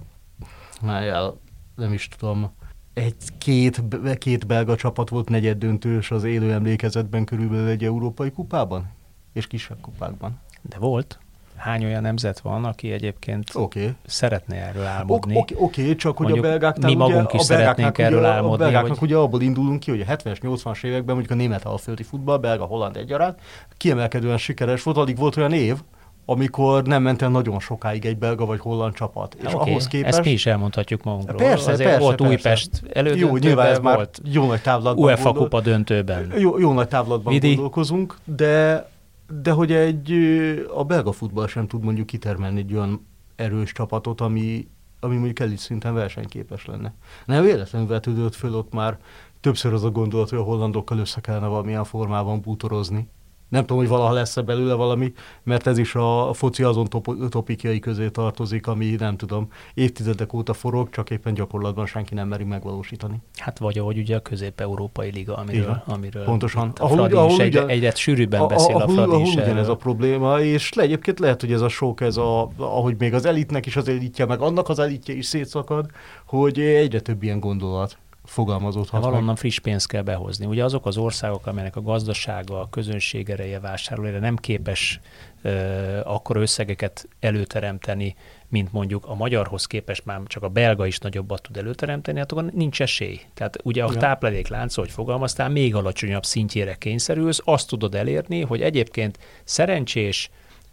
már nem is tudom, egy-két két belga csapat volt negyeddöntős az élő emlékezetben körülbelül egy európai kupában, és kisebb kupákban. De volt. Hány olyan nemzet van, aki egyébként okay. szeretne erről álmodni? Oké, okay, okay, csak hogy mondjuk a belgáknál mi magunk ugye, is szeretnénk erről ugye, álmodni. A belgáknak hogy... ugye abból indulunk ki, hogy a hetvenes, nyolcvanas években mondjuk a német alföldi futball, belga, holland egyaránt kiemelkedően sikeres volt, addig volt olyan év, amikor nem ment el nagyon sokáig egy belga vagy holland csapat. És okay, ahhoz képest... ezt mi is elmondhatjuk magunkról. Persze, Azért persze, volt persze. Újpest elődöntőben, jó, nyilván ez már volt jó nagy távlatban UEFA kupa döntőben. Jó, jó nagy távlatban Vidi. gondolkozunk, de, de hogy egy, a belga futball sem tud mondjuk kitermelni egy olyan erős csapatot, ami, ami mondjuk elit szinten versenyképes lenne. Nem véletlenül vetődött föl ott már többször az a gondolat, hogy a hollandokkal össze kellene valamilyen formában bútorozni. Nem tudom, hogy valaha lesz-e belőle valami, mert ez is a foci azon top- topikjai közé tartozik, ami nem tudom, évtizedek óta forog, csak éppen gyakorlatban senki nem meri megvalósítani. Hát vagy ahogy ugye a Közép-Európai Liga, amiről, amiről pontosan. a Fradi ahol, is egyre, egyre sűrűbben a, beszél ahol, a Fradi ahol is ahol ez a probléma, és le, egyébként lehet, hogy ez a sok, ez a, ahogy még az elitnek is az elitje, meg annak az elitje is szétszakad, hogy egyre több ilyen gondolat fogalmazódhat. Valonnan friss pénzt kell behozni. Ugye azok az országok, amelynek a gazdasága, a közönség ereje, vásárlóereje nem képes uh, akkor összegeket előteremteni, mint mondjuk a magyarhoz képest már csak a belga is nagyobbat tud előteremteni, hát akkor nincs esély. Tehát ugye a ja. tápláléklánc, hogy fogalmaztál, még alacsonyabb szintjére kényszerülsz, azt tudod elérni, hogy egyébként szerencsés,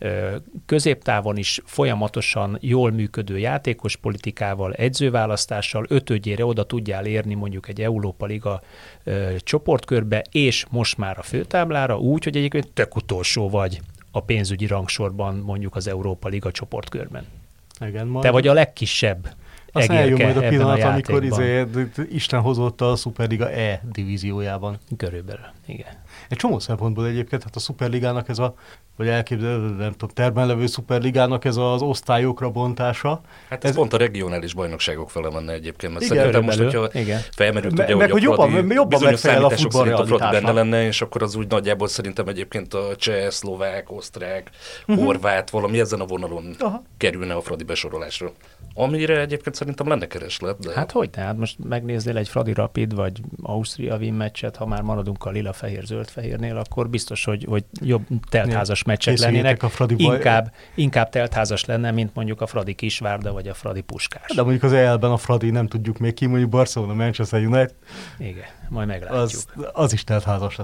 középtávon is folyamatosan jól működő játékos politikával, edzőválasztással ötödjére oda tudjál érni mondjuk egy Európa Liga ö, csoportkörbe, és most már a főtáblára úgy, hogy egyébként tök utolsó vagy a pénzügyi rangsorban mondjuk az Európa Liga csoportkörben. Igen, majd... Te vagy a legkisebb Aztán eljön majd a pillanat, a amikor izé, Isten hozott a Szuperliga E divíziójában. Körülbelül, igen. Egy csomó szempontból egyébként, hát a Szuperligának ez a, vagy elképzelhető, nem tudom, terben levő Szuperligának ez az osztályokra bontása. Hát ez, ez pont a regionális bajnokságok fele menne egyébként, mert igen, szerintem most, hogyha igen. felmerült, Me, ugye, meg, hogy a Fradi, jobban bizonyos számítások szerint a Fradi benne lenne, és akkor az úgy nagyjából szerintem egyébként a cseh, szlovák, osztrák, uh-huh. horvát, valami ezen a vonalon Aha. kerülne a Fradi besorolásra. Amire egyébként szerintem lenne kereslet. De... Hát hogy? Tehát most megnéznél egy Fradi Rapid vagy Ausztria Wien meccset, ha már maradunk a lila-fehér-zöld-fehérnél, akkor biztos, hogy, hogy jobb teltházas meccsek lennének. Inkább, inkább teltházas lenne, mint mondjuk a Fradi Kisvárda vagy a Fradi Puskás. De mondjuk az é el-ben a Fradi nem tudjuk még ki, mondjuk Barcelona, Manchester United. Igen, majd meglátjuk. Az, az is teltházas lesz.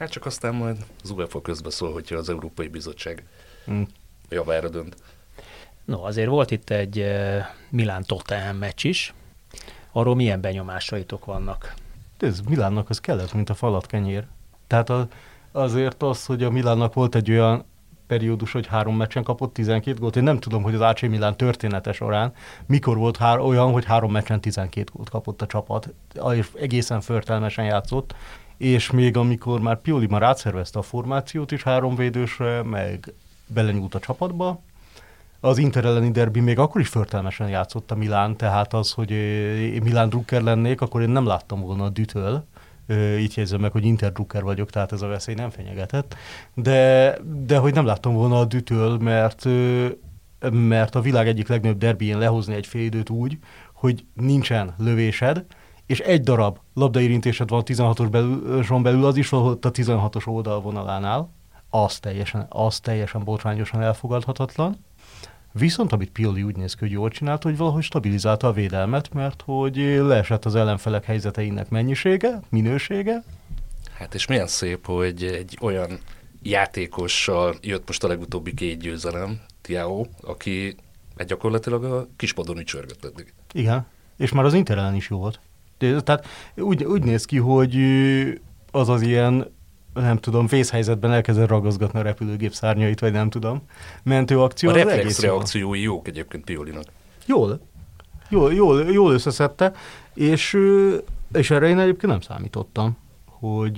Hát csak aztán majd az UEFA közbeszól, hogyha az Európai Bizottság mm. javára dönt. No, azért volt itt egy Milán-Tottenham meccs is. Arról milyen benyomásaitok vannak? Ez Milánnak az kellett, mint a falat kenyér. Tehát az, azért az, hogy a Milánnak volt egy olyan periódus, hogy három meccsen kapott tizenkét gólt. Én nem tudom, hogy az á cé Milán története során mikor volt hár, olyan, hogy három meccsen tizenkét gólt kapott a csapat, és egészen förtelmesen játszott, és még amikor már Pioli már átszervezte a formációt is három védősre, meg belenyúlt a csapatba, az Inter elleni derbi még akkor is förtelmesen játszott a Milán, tehát az, hogy én Milán drukker lennék, akkor én nem láttam volna a Dütől. Így jegyzem meg, hogy Inter drukker vagyok, tehát ez a veszély nem fenyegetett. De, de hogy nem láttam volna a Dütől, mert, mert a világ egyik legnagyobb derbijén lehozni egy fél időt úgy, hogy nincsen lövésed, és egy darab labdaérintésed van a tizenhatos belül, belül, az is volt a tizenhatos oldalvonalánál. Az teljesen, az teljesen botrányosan elfogadhatatlan. Viszont amit Pioli úgy néz ki, hogy jól csinált, hogy valahogy stabilizálta a védelmet, mert hogy leesett az ellenfelek helyzeteinek mennyisége, minősége. Hát és milyen szép, hogy egy olyan játékossal jött most a legutóbbi két győzelem, Thiago, aki egy gyakorlatilag a kispadon ücsörgött eddig. Igen, és már az Inter ellen is jó volt. De, tehát úgy, úgy néz ki, hogy az az ilyen, nem tudom, vészhelyzetben elkezdett ragaszgatni a repülőgép szárnyait, vagy nem tudom. Mentőakció. A reflex reakciói jók egyébként Piolinak. Jól, jól, jól, jól összeszedte, és, és erre én egyébként nem számítottam, hogy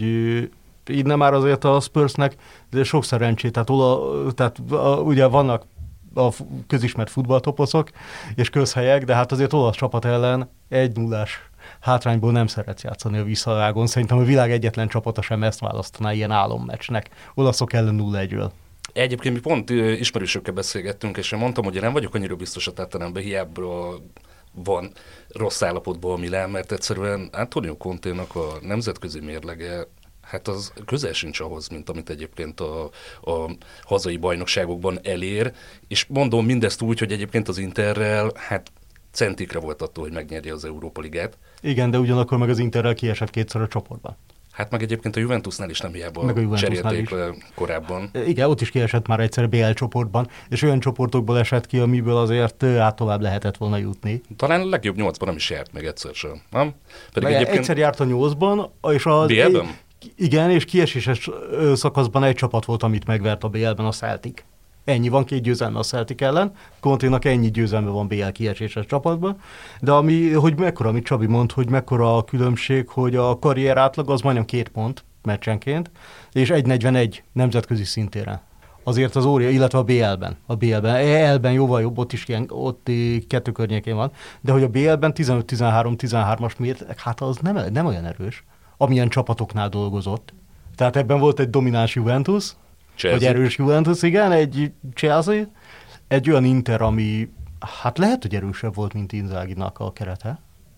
így nem már azért a Spursnek, de sok szerencsét, tehát, ola, tehát a, ugye vannak a közismert futballtoposzok és közhelyek, de hát azért olasz csapat ellen egy nullás hátrányból nem szeretsz játszani a visszavágón. Szerintem a világ egyetlen csapata sem ezt választaná ilyen álommeccsnek. Olaszok ellen nulla egyről. Egyébként mi pont ismerősökkel beszélgettünk, és én mondtam, hogy én nem vagyok annyira biztos a tettenemben, hiába van rossz állapotban a Milán, mert egyszerűen Antonio Conténak a nemzetközi mérlege, hát az közel sincs ahhoz, mint amit egyébként a, a hazai bajnokságokban elér, és mondom mindezt úgy, hogy egyébként az Interrel, hát centikre volt attól, hogy megnyerje az Európa Ligát. Igen, de ugyanakkor meg az Interrel kiesett kétszer a csoportban. Hát meg egyébként a Juventusnál is nem hiába cserélték le korábban. Igen, ott is kiesett már egyszer bé el csoportban, és olyan csoportokból esett ki, amiből azért át tovább lehetett volna jutni. Talán a legjobb nyolcban nem is járt meg egyszer sem, nem? Pedig egyébként... Egyszer járt a nyolcban, és az... bé el-ben? Igen, és kieséses szakaszban egy csapat volt, amit megvert a bé el-ben, a Celtic. Ennyi van, két győzelme a Celtic ellen, Conténak ennyi győzelme van bé el kieséses csapatban, de ami, hogy mekkora, amit Csabi mond, hogy mekkora a különbség, hogy a karrier átlag az majdnem két pont meccsenként, és egy negyvenegy nemzetközi szintéren. Azért az ória, illetve a bé el-ben. A bé el-ben, é el-ben jóval jobb, ott is ilyen, ott kettő környékén van, de hogy a bé el-ben tizenöt tizenhárom tizenhármas mérleg, hát az nem, nem olyan erős, amilyen csapatoknál dolgozott. Tehát ebben volt egy domináns Juventus, Chelsea. Vagy erős Juventus, igen, egy Chelsea, egy olyan Inter, ami hát lehet, hogy erősebb volt, mint Inzaghinak a kerete.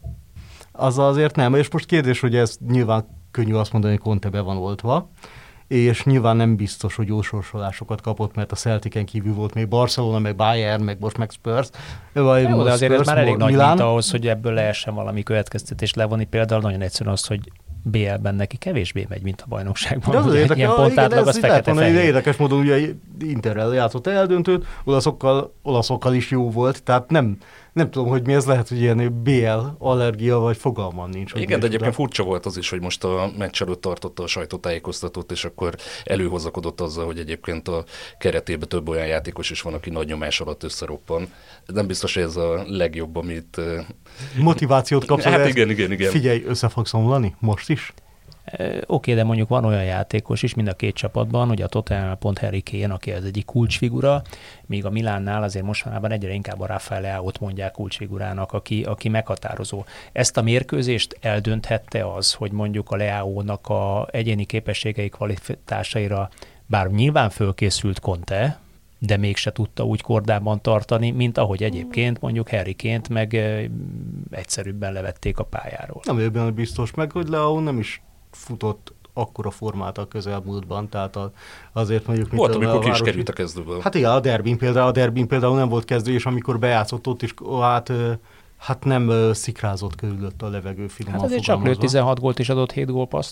Az azért nem, és most kérdés, hogy ez nyilván könnyű azt mondani, hogy Conte be van oltva, és nyilván nem biztos, hogy jó sorsolásokat kapott, mert a Celticen kívül volt még Barcelona, meg Bayern, meg most meg Spurs. Vagy jó, de azért Spurs, ez már elég nagy mint ahhoz, hogy ebből lehessen valami következtetés levonni. Például nagyon egyszerűen az, hogy bé el-ben neki kevésbé megy, mint a bajnokságban. De az ugye, érdekes, ilyen pontátlag az fekete-fehér. Érdekes módon ugye Interrel játszott eldöntőt, olaszokkal, olaszokkal is jó volt, tehát nem, nem tudom, hogy mi ez lehet, hogy ilyen bé el allergia, vagy fogalmam nincs. Igen, de egyébként furcsa volt az is, hogy most a meccs előtt tartotta a sajtótájékoztatót, és akkor előhozakodott azzal, hogy egyébként a keretében több olyan játékos is van, aki nagy nyomás alatt összeroppan. Nem biztos, hogy ez a legjobb, amit... Motivációt kapsz. Hát igen, igen, igen. Figyelj, össze fogsz omlani? Most is? Oké, okay, de mondjuk van olyan játékos is mind a két csapatban, ugye a Tottenham pont Harry Kane, aki az egyik kulcsfigura, míg a Milánnál azért mostanában egyre inkább a Rafael Leao-t mondják kulcsfigurának, aki, aki meghatározó. Ezt a mérkőzést eldönthette az, hogy mondjuk a Leao-nak a egyéni képességei kvalitásaira, bár nyilván fölkészült Conte, de mégse tudta úgy kordában tartani, mint ahogy egyébként mondjuk Harry Kane-t meg e, egyszerűbben levették a pályáról. Nem vagyok benne biztos, meg, hogy Leao nem is futott akkora formát a közelmúltban, tehát a, azért mondjuk... Volt, amikor ki is került a kezdőből. Hát igen, a derbin például, a derbin például nem volt kezdő, és amikor bejátszott ott is, hát, hát nem szikrázott körülött a levegő finoman Hát azért csak lőtt tizenhat gólt és adott hét gólpaszt.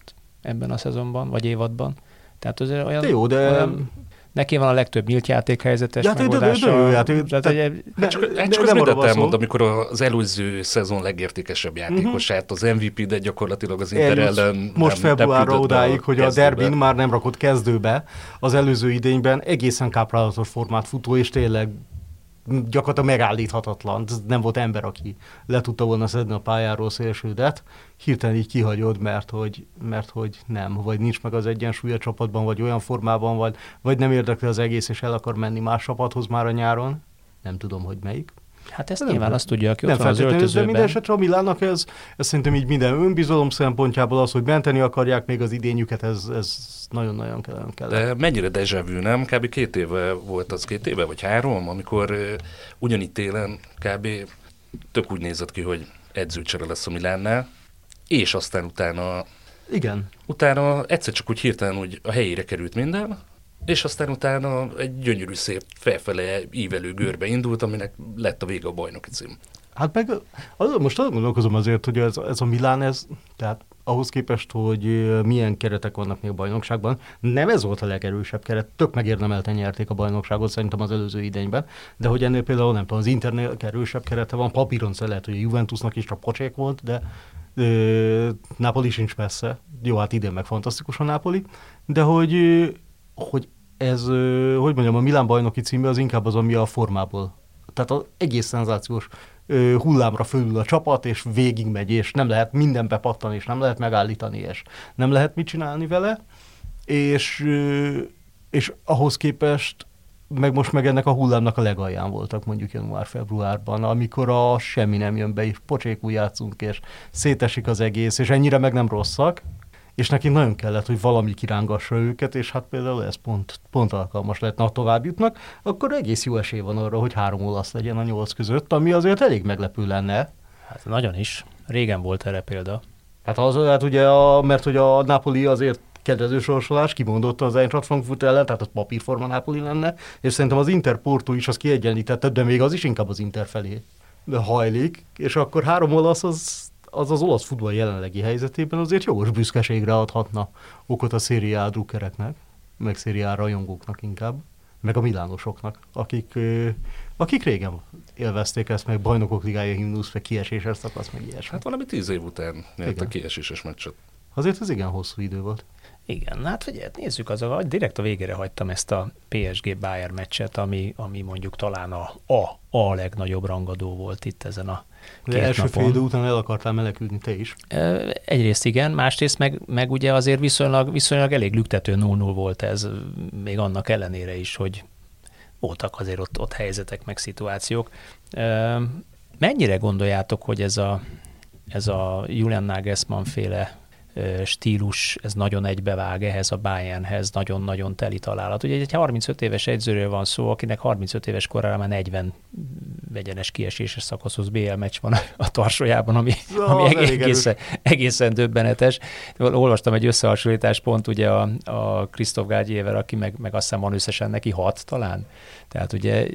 ebben a szezonban, vagy évadban. Tehát az olyan, de jó, de... olyan neki van a legtöbb nyílt játékhelyzetes ja, megoldása. De, de, de, de, de, tehát, egy, ne, csak, ne, csak az mindent elmond, amikor az előző szezon legértékesebb játékosát, az em vé pé, de gyakorlatilag az Inter ellen most februárra odáig, hogy a derbin már nem rakott kezdőbe, az előző idényben egészen káprálatos formát futó, és tényleg gyakorlatilag megállíthatatlan. Nem volt ember, aki le tudta volna szedni a pályáról szélsődet. Hirtelen így kihagyod, mert hogy, mert hogy nem, vagy nincs meg az egyensúly a csapatban, vagy olyan formában, vagy, vagy nem érdekli az egész, és el akar menni más csapathoz már a nyáron. Nem tudom, hogy melyik. Hát ezt nyilván nem, azt tudja, aki nem ott van az öltözőben. De minden esetre a Milánnak ez, ez szerintem így minden önbizalom szempontjából az, hogy menteni akarják még az idényüket, ez, ez nagyon-nagyon kell. kell. De mennyire déjà vu, nem? Kb. két éve volt az, két éve, vagy három, amikor uh, ugyanígy télen kb. Tök úgy nézett ki, hogy edzőcsere lesz a Milánnál, és aztán utána... Igen. Utána egyszer csak úgy hirtelen úgy a helyére került minden, és aztán utána egy gyönyörű szép felfele ívelő görbe indult, aminek lett a vége a bajnoki cím. Hát meg az, most azt gondolkozom azért, hogy ez, ez a Milán, ez, tehát ahhoz képest, hogy milyen keretek vannak még a bajnokságban, nem ez volt a legerősebb keret, tök megérdemelten nyerték a bajnokságot szerintem az előző idényben, de hogy ennél például nem tudom, az Internél erősebb kerete van, papíron se lehet, hogy a Juventusnak is csak pocsék volt, de ö, Napoli sincs messze, jó, hát idén meg fantasztikus a Napoli, de hogy hogy ez, hogy mondjam, a Milán bajnoki címe az inkább az, ami a formából. Tehát az egész szenzációs hullámra fölül a csapat, és végigmegy, és nem lehet mindenbe pattani, és nem lehet megállítani, és nem lehet mit csinálni vele, és, és ahhoz képest meg most meg ennek a hullámnak a legalján voltak mondjuk január-februárban, amikor a semmi nem jön be, és pocsékul játszunk, és szétesik az egész, és ennyire meg nem rosszak, és nekik nagyon kellett, hogy valami kirángassa őket, és hát például ez pont, pont alkalmas lett, ha tovább jutnak, akkor egész jó esély van arra, hogy három olasz legyen a nyolc között, ami azért elég meglepő lenne. Hát nagyon is. Régen volt erre példa. Hát az, hát ugye, a, mert hogy a Napoli azért kedvező sorsolás, kimondotta az Eintracht Frankfurt ellen, tehát az papírforma Napoli lenne, és szerintem az Inter Porto is az kiegyenlítette, de még az is inkább az Inter felé hajlik, és akkor három olasz az az az olasz futball jelenlegi helyzetében azért jogos büszkeségre adhatna okot a Serie A drukkereknek, meg Serie A rajongóknak inkább, meg a milánosoknak, akik, akik régen élvezték ezt, meg bajnokok ligája himnusz, meg kieséses szakasz, meg ilyesmi. Hát valami tíz év után nyert a kieséses meccset. Azért ez igen hosszú idő volt. Igen, hát figyelj, nézzük, az a, direkt a végére hagytam ezt a pé es gé Bayern meccset, ami, ami mondjuk talán a, a, a legnagyobb rangadó volt itt ezen a két első napon. fél idő után el akartál menekülni te is. Egyrészt igen, másrészt meg, meg ugye azért viszonylag, viszonylag elég lüktető null null volt ez, még annak ellenére is, hogy voltak azért ott, ott helyzetek, meg szituációk. Mennyire gondoljátok, hogy ez a, ez a Julian Nagelsmann féle stílus, ez nagyon egybevág ehhez a Bayernhez, nagyon-nagyon teli találat. Ugye egy harmincöt éves edzőről van szó, akinek harmincöt éves korára már negyven vegyenes kieséses szakaszhoz bé el meccs van a tarsójában, ami, no, ami egészen, egészen döbbenetes. Olvastam egy összehasonlítást pont ugye a, a Christophe Gallievel, aki meg, meg azt hiszem van összesen neki hat talán. Tehát ugye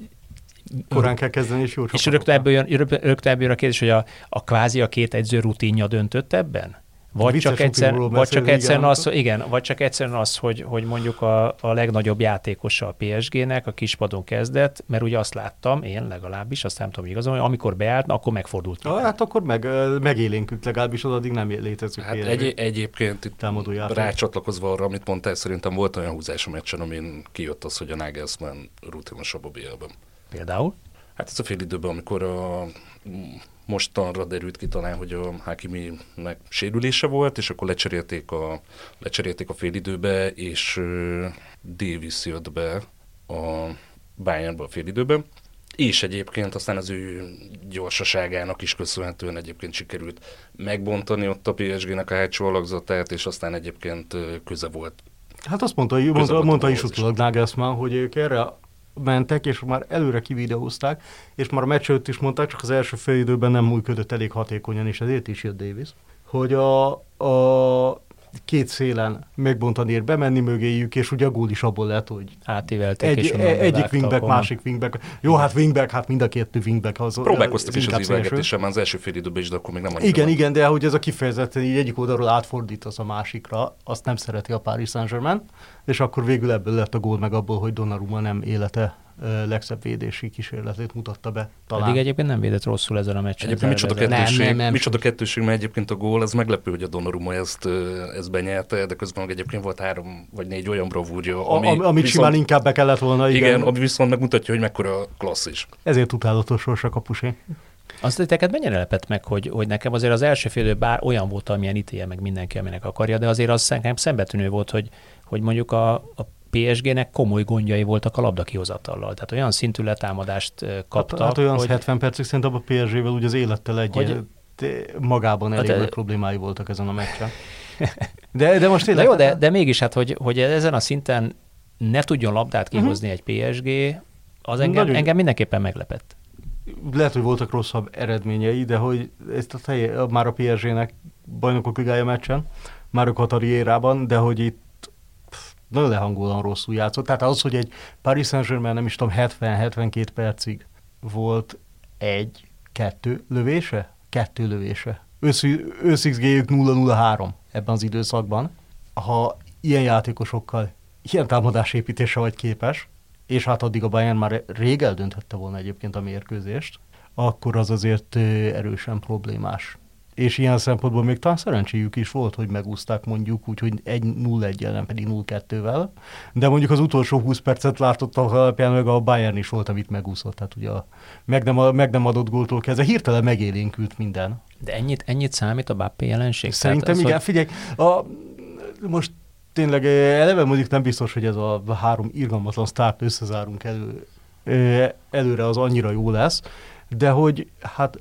korán kell kezdeni, és jó És rögtön ebből jön, rögtön ebből jön a kérdés, hogy a, a kvázi a két edző rutinja döntött ebben? Vagy csak, egyszer, vagy, csak egyszerűen az, igen, vagy csak egyszerűen az, hogy, hogy mondjuk a, a legnagyobb játékosa a pé es gének a kispadon kezdett, mert ugye azt láttam, én legalábbis, azt nem tudom igazán, hogy amikor beállt, akkor megfordult. Ah, hát akkor meg, megélénkült, legalábbis az addig nem létezik. Hát egy, egyébként itt támadójáték. Rácsatlakozva arra, amit mondtál, szerintem volt olyan húzás a meccsen, amin kijött az, hogy a Nagelsmann rutinosabb a bé el-ben. Például? Hát ez a fél időben, amikor a mostanra derült ki talán, hogy a Hakiminek sérülése volt, és akkor lecserélték a, lecserélték a fél időbe, és uh, Davis jött be a Bayernbe a fél időben, és egyébként aztán az ő gyorsaságának is köszönhetően egyébként sikerült megbontani ott a pé es gének a hátsó alakzatát, és aztán egyébként köze volt. Hát azt mondta, mondta, mondta is utólag Nagelsmann, hogy ők erre mentek, és már előre kivideózták, és már a meccs előtt is mondták, csak az első fél időben nem működött elég hatékonyan, és ezért is jött Davis, hogy a, a két szélen megbontani, bemenni mögéjük, és ugye a gól is abból lett, hogy átíveltek, egy, és egyik wingback, másik wingback. Jó, hát wingback, hát mind a két wingback. Az, próbálkoztak is az ívelgetéssel már az első fél időben is, de akkor még nem annyira. Igen, van. igen, de hogy ez a kifejezetten így egyik oldalról átfordítasz a másikra, azt nem szereti a Paris Saint-Germain, és akkor végül ebből lett a gól meg abból, hogy Donnarumma nem élete legszebb védési kísérletét mutatta be. Talán. Pedig egyébként nem védett rosszul ezen a meccsen. Egyébként micsoda kettőség, nem, nem, nem. micsoda kettőség, mert egyébként a gól, az meglepő, hogy a Donnarumma ezt, ezt benyerte, de közben egyébként volt három vagy négy olyan bravúrja, ami a, amit viszont, simán inkább be kellett volna. Igen, igen, ami viszont megmutatja, hogy mekkora klasszis. Ezért utálatos sorsa kapusé. Azt, hogy neked mennyire lepett meg, hogy, hogy nekem azért az első fél idő bár olyan volt, amilyen ítélje meg mindenki, aminek akarja, de azért az nekem szembetűnő volt, hogy, hogy mondjuk a, a pé es gének komoly gondjai voltak a labda kihozatallal. Tehát olyan szintű letámadást kaptak. Hát, hát olyan hogy... hetven percig szerintem a pé es gével ugye az élettel egy hogy... magában elég hát, nagy problémái voltak ezen a meccsen. De, de most tényleg... Jó, de, de mégis hát, hogy, hogy ezen a szinten ne tudjon labdát kihozni uh-huh. egy pé es gé, az engem, Nagyon... engem mindenképpen meglepett. Lehet, hogy voltak rosszabb eredményei, de hogy ezt a telje, már a pé es gének bajnokok ligája meccsen, már a katari érában, de hogy itt nagyon lehangolóan rosszul játszott. Tehát az, hogy egy Paris Saint-Germain nem is tudom, hetven-hetvenkét percig volt egy, kettő lövése? Kettő lövése. Össz-X G-jük nulla nulla három ebben az időszakban. Ha ilyen játékosokkal, ilyen támadásépítésre vagy képes, és hát addig a Bayern már rég eldönthette volna egyébként a mérkőzést, akkor az azért erősen problémás. És ilyen szempontból még talán szerencséjük is volt, hogy megúszták mondjuk úgy, hogy egy nulla egyel, nem pedig nulla kettővel, de mondjuk az utolsó húsz percet látott alapján meg a Bayern is volt, amit megúszott. Tehát ugye a meg nem, a, meg nem adott góltól kezdve hirtelen megélénkült minden. De ennyit, ennyit számít a Mbappé jelenség? Szerintem igen, hogy... figyelj, a, most tényleg eleve mondjuk nem biztos, hogy ez a három irgalmatlan sztárt összezárunk elő, előre, az annyira jó lesz, de hogy hát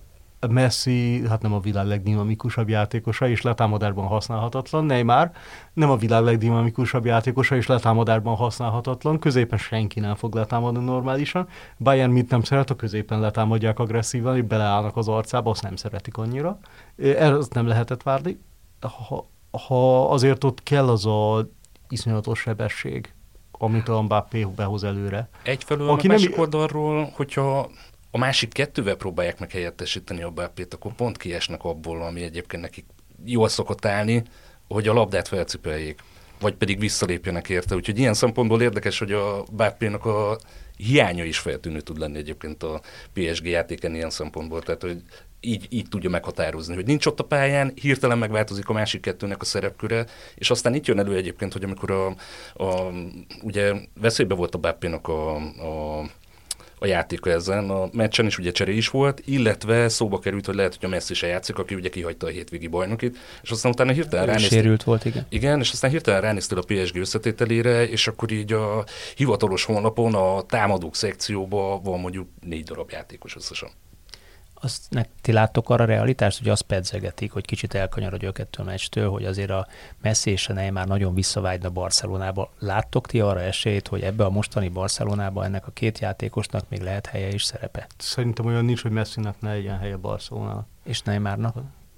Messi, hát nem a világ legdinamikusabb játékosa, és letámadásban használhatatlan. Neymar nem a világ legdinamikusabb játékosa, és letámadásban használhatatlan. Középen senki nem fog letámadni normálisan. Bayern mit nem szeret, a középen letámadják agresszívan, és beleállnak az arcába, azt nem szeretik annyira. Ezt nem lehetett várni. Ha, ha azért ott kell az a iszonyatos sebesség, amit a Mbappé behoz előre. Egyfelől a másik nem... oldalról, hogyha a másik kettővel próbálják meg helyettesíteni a Mbappét, akkor pont kiesnek abból, ami egyébként nekik jól szokott állni, hogy a labdát felcipeljék, vagy pedig visszalépjenek érte. Úgyhogy ilyen szempontból érdekes, hogy a Mbappénak a hiánya is feltűnő tud lenni egyébként a pé es gé játéken ilyen szempontból. Tehát, hogy így, így tudja meghatározni, hogy nincs ott a pályán, hirtelen megváltozik a másik kettőnek a szerepköre, és aztán itt jön elő egyébként, hogy amikor a, a ugye veszélybe volt a Mbappénak a, a a játéka ezen. A meccsen is ugye cseré is volt, illetve szóba került, hogy lehet, hogy a Messi se játszik, aki ugye kihagyta a hétvégi bajnokit, és aztán utána hirtelen ránéztél. Sérült volt, igen. Igen, és aztán hirtelen ránéztél a pé es gé összetételére, és akkor így a hivatalos honlapon, a támadók szekcióban van mondjuk négy darab játékos összesen. Azt ne, ti láttok arra realitást, hogy azt pedzegetik, hogy kicsit elkanyarodj őket a meccstől, hogy azért a Messi és a Neymar nagyon visszavágyna Barcelonába. Láttok ti arra esélyt, hogy ebbe a mostani Barcelonában ennek a két játékosnak még lehet helye és szerepe? Szerintem olyan nincs, hogy Messinek ne legyen helye Barcelonában. És Neymarnak?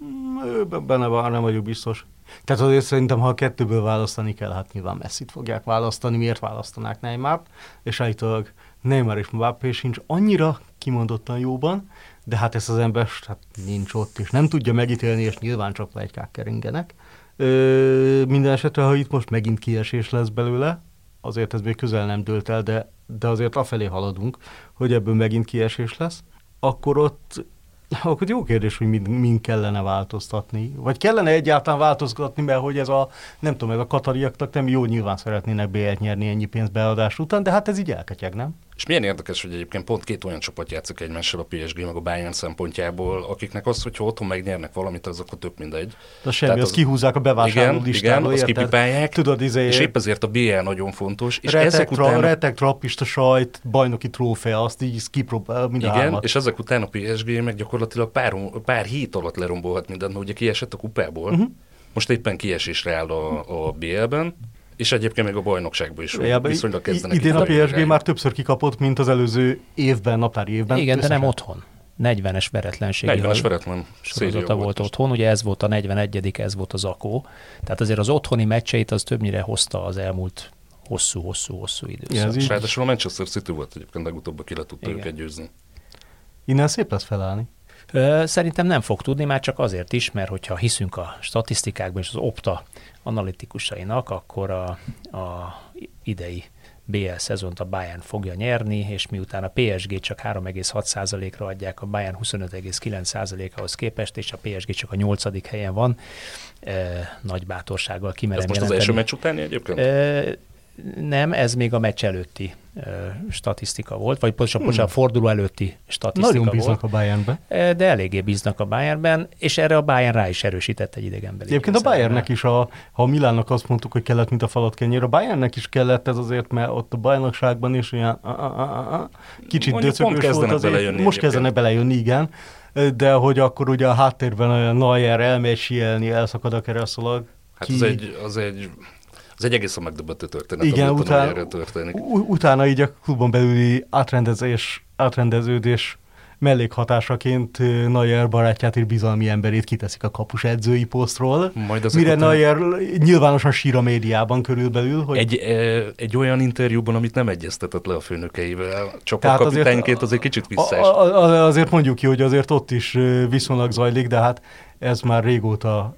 Ő benne van, nem vagyok biztos. Tehát azért szerintem, ha a kettőből választani kell, hát nyilván Messit fogják választani, miért választanák Neymart, és állítólag Neymar és Mbappé sincs annyira kimondottan jóban, de hát ez az ember hát nincs ott, és nem tudja megítélni, és nyilván csak pletykák keringenek. Ö, minden esetre, ha itt most megint kiesés lesz belőle, azért ez még közel nem dőlt el, de, de azért afelé haladunk, hogy ebből megint kiesés lesz, akkor ott akkor jó kérdés, hogy mind, mind kellene változtatni. Vagy kellene egyáltalán változtatni, mert hogy ez a, nem tudom, ez a katariaknak nem jó, nyilván szeretnének bé el-t nyerni ennyi pénzbeadás után, de hát ez így elketyeg, nem? És milyen érdekes, hogy egyébként pont két olyan csapat játszik egymással, a pé es gé meg a Bayern szempontjából, akiknek az, hogyha otthon megnyernek valamit, az akkor több mindegy. De semmi, az, az kihúzzák a bevásárló igen, listáról, igen, azt kipipálják, tudod, izé, és épp ezért a bé el nagyon fontos. És retek, ezek tra, után... retek, trappista sajt, bajnoki trófea, azt így kipróbál mind a igen, hármat. És ezek után a pé es gé meg gyakorlatilag pár, pár hét alatt lerombolhat mindent, mert ugye kiesett a kupából. Uh-huh. Most éppen kiesésre áll a, a bé el-ben. És egyébként még a bajnokságban is ja, viszonylag kezdenek. Idén a pé es gé már többször kikapott, mint az előző évben, naptári évben. Igen, összesen. De nem otthon. negyvenes veretlenségi negyvenes veretlen sorozata volt otthon, ugye ez volt a negyvenegyedik, ez volt az Akó. Tehát azért az otthoni meccseit az többnyire hozta az elmúlt hosszú-hosszú-hosszú időszak. És ráadásul a Manchester City volt egyébként legutóbb, aki le tudta őket győzni. Innen szép lesz felállni. Szerintem nem fog tudni, már csak azért is, mert hogyha hiszünk a statisztikákban és az Opta analitikusainak, akkor a, a idei bé el szezont a Bayern fogja nyerni, és miután a pé es gé csak három egész hat százalékra adják a Bayern huszonöt egész kilenc százalékához képest, és a pé es gé csak a nyolcadik helyen van, e, nagy bátorsággal kimerem jelenteni. Ez most az első meccs utáni egyébként? E, nem, ez még a meccs előtti e, statisztika volt, vagy pontosan hmm. a forduló előtti statisztika Nagyon bíznak volt. a Bayernben. E, de eléggé bíznak a Bayernben, és erre a Bayern rá is erősített egy idegenbeli. Egyébként a Bayernnek is, a, ha a Milánnak azt mondtuk, hogy kellett, mint a falat kenyér, a Bayernnek is kellett ez azért, mert ott a bajnokságban is olyan a, a, a, a, kicsit döcögös volt azért. Most kezdenek belejönni, igen. De hogy akkor ugye a háttérben a Neuer elmegy sielni, elszakad a keresztszalag. Hát ki... az egy... Az egy... Ez egy egészen megdöbbentő történet, igen, amit után, erre történik. Utána így a klubon belüli átrendezés, átrendeződés mellékhatásaként Neuer barátját és bizalmi emberét kiteszik a kapus edzői posztról. Mire után... Neuer nyilvánosan sír a médiában körülbelül. Hogy... Egy, egy olyan interjúban, amit nem egyeztetett le a főnökeivel, csapatkapitányként az egy kicsit visszás. A, a, azért mondjuk ki, hogy azért ott is viszonylag zajlik, de hát ez már régóta,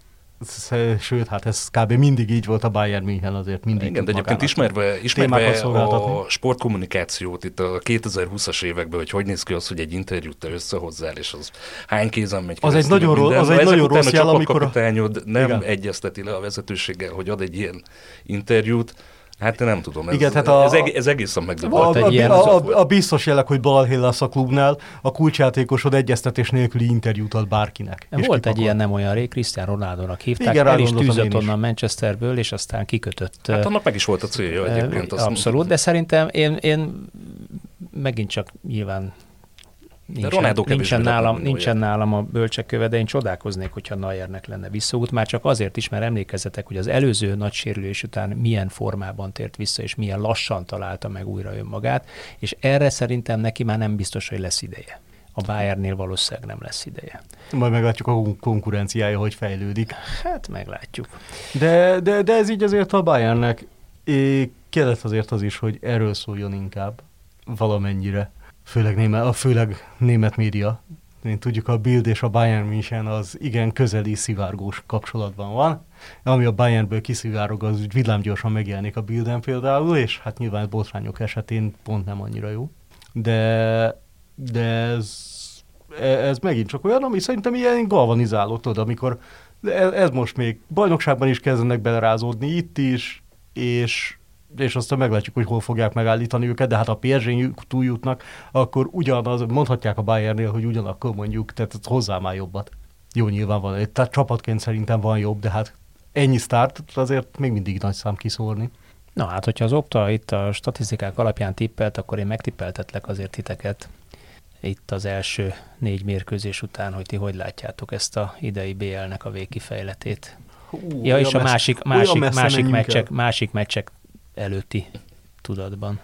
sőt, hát ez kb. Mindig így volt a Bayern München, azért mindig. Igen, de egyébként ismerve, ismerve a sportkommunikációt itt a kétezer-húszas években, hogy hogy néz ki az, hogy egy interjút te összehozzál, és az hány kézen megy az egy nagyon, minden, az egy nagyon rossz jel, amikor a csapattkapitányod nem igen. egyezteti le a vezetőséggel, hogy ad egy ilyen interjút. Hát nem tudom, ez, igen, hát a, ez, eg- ez egészen megdöbbent. A, a, a, a, a biztos jelek, hogy balhé lesz a klubnál, a kulcsjátékosod egyeztetés nélküli interjút ad bárkinek. Volt kipakol. Egy ilyen nem olyan rég, Cristiano Ronaldónak hívták, igen, el is tűzött onnan Manchesterből, és aztán kikötött. Hát annak meg is volt a célja egyébként. Abszolút, de szerintem én, én megint csak nyilván Nincsen, nincsen, nálam, nincsen nálam a bölcsekköve, de én csodálkoznék, hogyha Neuernek lenne visszaút, már csak azért is, mert emlékezzetek, hogy az előző nagy sérülés után milyen formában tért vissza, és milyen lassan találta meg újra önmagát, és erre szerintem neki már nem biztos, hogy lesz ideje. A Bayernnél valószínűleg nem lesz ideje. Majd meglátjuk a konkurenciája, hogy fejlődik. Hát meglátjuk. De, de, de ez így azért a Bayernnek kellett azért az is, hogy erről szóljon inkább valamennyire. Főleg német, főleg német média. Én tudjuk, a Bild és a Bayern München az igen közeli szivárgós kapcsolatban van. Ami a Bayernből kiszivárog, az villámgyorsan megjelenik a Bilden például, és hát nyilván botrányok esetén pont nem annyira jó. De, de ez, ez megint csak olyan, ami szerintem ilyen galvanizáló, tudod, amikor ez, ez most még bajnokságban is kezdenek belerázódni, itt is, és és aztán meglátjuk, hogy hol fogják megállítani őket, de hát ha pé es gén túljutnak, akkor ugyanaz, mondhatják a Bayernnél, hogy ugyanakkor mondjuk, tehát hozzá már jobbat. Jó, nyilván van, tehát csapatként szerintem van jobb, de hát ennyi sztárt azért még mindig nagy szám kiszórni. Na hát, hogyha az Opta itt a statisztikák alapján tippelt, akkor én megtippeltetlek azért titeket itt az első négy mérkőzés után, hogy ti hogy látjátok ezt a idei bé el-nek a végkifejletét. Hú, ja, és a messze, másik, másik, másik, meccsek, másik meccsek előtti tudatban.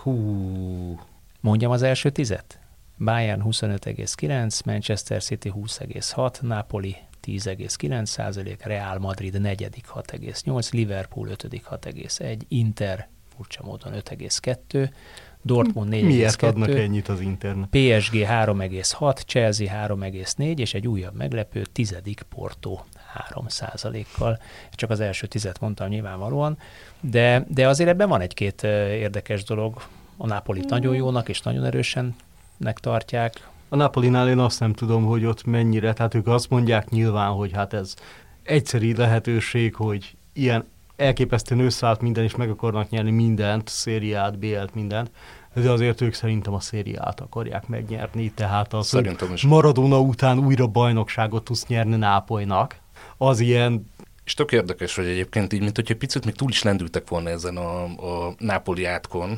Hú. Mondjam az első tizet? Bayern huszonöt egész kilenc, Manchester City húsz egész hat, Napoli tíz egész kilenc százalék, Real Madrid negyedik hat egész nyolc, Liverpool ötödik hat egész egy, Inter furcsa módon öt egész kettő, Dortmund négy egész kettő. Miért adnak ennyit az Internet? pé es gé három egész hat, Chelsea három egész négy, és egy újabb meglepő, tizedik Porto három százalékkal. Csak az első tizet mondtam nyilvánvalóan, de, de azért ebben van egy-két érdekes dolog. A Napolit mm. nagyon jónak és nagyon erősennek tartják. A Napolinál én azt nem tudom, hogy ott mennyire, tehát ők azt mondják nyilván, hogy hát ez egyszeri lehetőség, hogy ilyen elképesztően összeállt minden, és meg akarnak nyerni mindent, szériát, bé el-t, mindent, de azért ők szerintem a szériát akarják megnyerni, tehát az, hogy Maradona után újra bajnokságot tudsz nyerni Nápolynak, az ilyen... És tök érdekes, hogy egyébként így, mint hogyha picit még túl is lendültek volna ezen a, a nápoli átkon,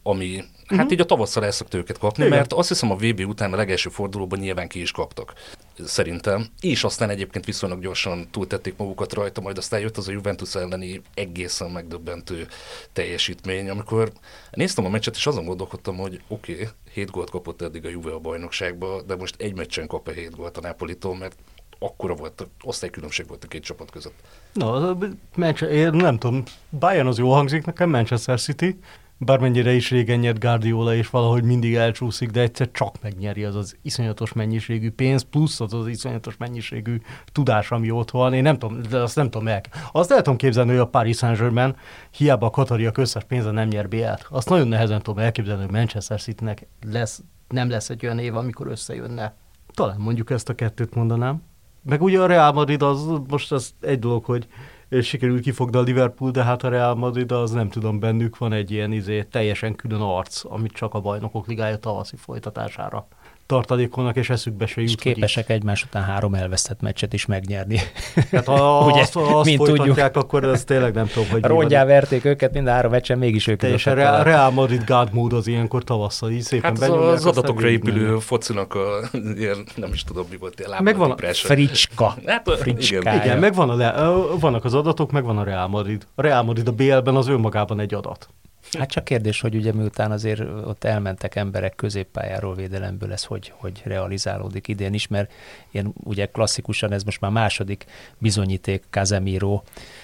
ami hát uh-huh. így a tavasszal el szokta őket kapni, Igen. mert azt hiszem a vé bé után a legelső fordulóban nyilván ki is kaptak. Szerintem. És aztán egyébként viszonylag gyorsan túltették magukat rajta, majd aztán jött az a Juventus elleni egészen megdöbbentő teljesítmény, amikor néztem a meccset, és azon gondolkodtam, hogy oké, okay, hét gólt kapott eddig a Juve a bajnokságba, de most egy meccsen kap-e hét gólt a Napolitól, mert akkora volt, osztálykülönbség volt a két csapat között. Na, én nem tudom, Bayern az jól hangzik nekem, Manchester City, bármennyire is régen nyert Guardiola, és valahogy mindig elcsúszik, de egyszer csak megnyeri az az iszonyatos mennyiségű pénz, plusz az az iszonyatos mennyiségű tudás, ami ott van. Én nem tudom, de azt nem tudom meg. Azt el tudom képzelni, hogy a Paris Saint-Germain hiába a katariak összes pénze nem nyer bé el-t. Azt nagyon nehezen tudom elképzelni, hogy Manchester Citynek lesz, nem lesz egy olyan év, amikor összejönne. Talán mondjuk ezt a kettőt mondanám. Meg ugye a Real Madrid az, most az egy dolog, hogy sikerült kifogni a Liverpool, de hát a Real Madrid az nem tudom, bennük van egy ilyen izé, teljesen külön arc, amit csak a Bajnokok Ligája tavaszi folytatására tartalékolnak, és eszükbe se jut. És képesek egymás után három elvesztett meccset is megnyerni. Hát ha ugye, azt, azt mint folytatják, tudjuk, akkor ez tényleg nem tudom, hogy... Rongyá verték őket, mind a három meccsen mégis ők teljesen Real, Real Madrid God mód az ilyenkor tavasszal, így szépen hát benyomják. az adatokra épülő focinak a, ilyen, nem is tudom, mi volt, ilyen megvan a fricska. Hát, igen, igen megvan a le, vannak az adatok, megvan a Real Madrid. A Real Madrid a bé el-ben az önmagában egy adat. Hát csak kérdés, hogy ugye miután azért ott elmentek emberek középpályáról, védelemből, ez hogy, hogy realizálódik idén is, mert ilyen ugye klasszikusan ez most már második bizonyíték, Casemiro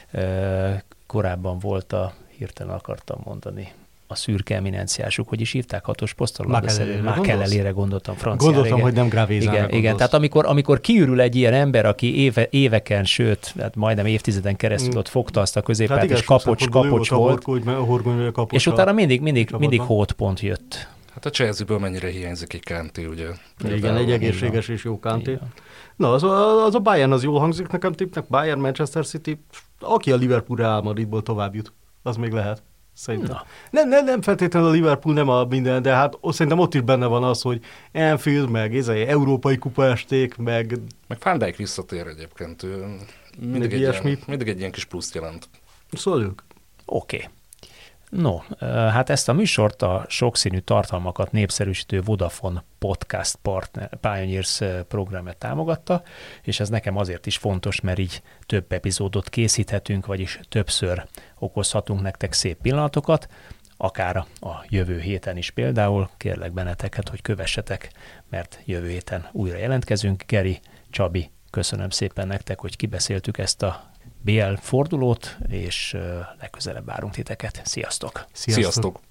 korábban volt a, hirtelen akartam mondani, a szürke eminenciásuk, hogy is hívták hatos posztolabdaszerűen. Makelelére gondoltam franciára. Gondoltam, igen. Hogy nem Gravézára Igen, igen, tehát amikor, amikor kiürül egy ilyen ember, aki éve, éveken, sőt, hát majdnem évtizeden keresztül ott fogta azt a középpályát, hát és kapocs, kapocs volt, volt a horgony, kapocs és utána mindig, mindig, mindig hótpont jött. Hát a Chelsea-ből mennyire hiányzik egy Kanté, ugye? Igen, egy egészséges és jó Kanté. Na, az a, az a Bayern az jól hangzik nekem tippnek, Bayern, Manchester City, aki a Liverpool Real Madridból tovább jut, az még lehet. Szerintem. Nem, nem, nem feltétlenül a Liverpool nem a minden, de hát szerintem ott is benne van az, hogy Anfield, meg ezek, európai kupaesték, meg... Meg Van Dijk visszatér egyébként. Mindig egy, ilyen, mindig egy ilyen kis pluszt jelent. Szóval ők. Oké. Okay. No, hát ezt a műsort a sokszínű tartalmakat népszerűsítő Vodafone Podcast Partner, Pioneers programja támogatta, és ez nekem azért is fontos, mert így több epizódot készíthetünk, vagyis többször okozhatunk nektek szép pillanatokat, akár a jövő héten is például. Kérlek benneteket, hogy kövessetek, mert jövő héten újra jelentkezünk. Geri, Csabi, köszönöm szépen nektek, hogy kibeszéltük ezt a bé el fordulót, és legközelebb várunk titeket. Sziasztok! Sziasztok! Sziasztok.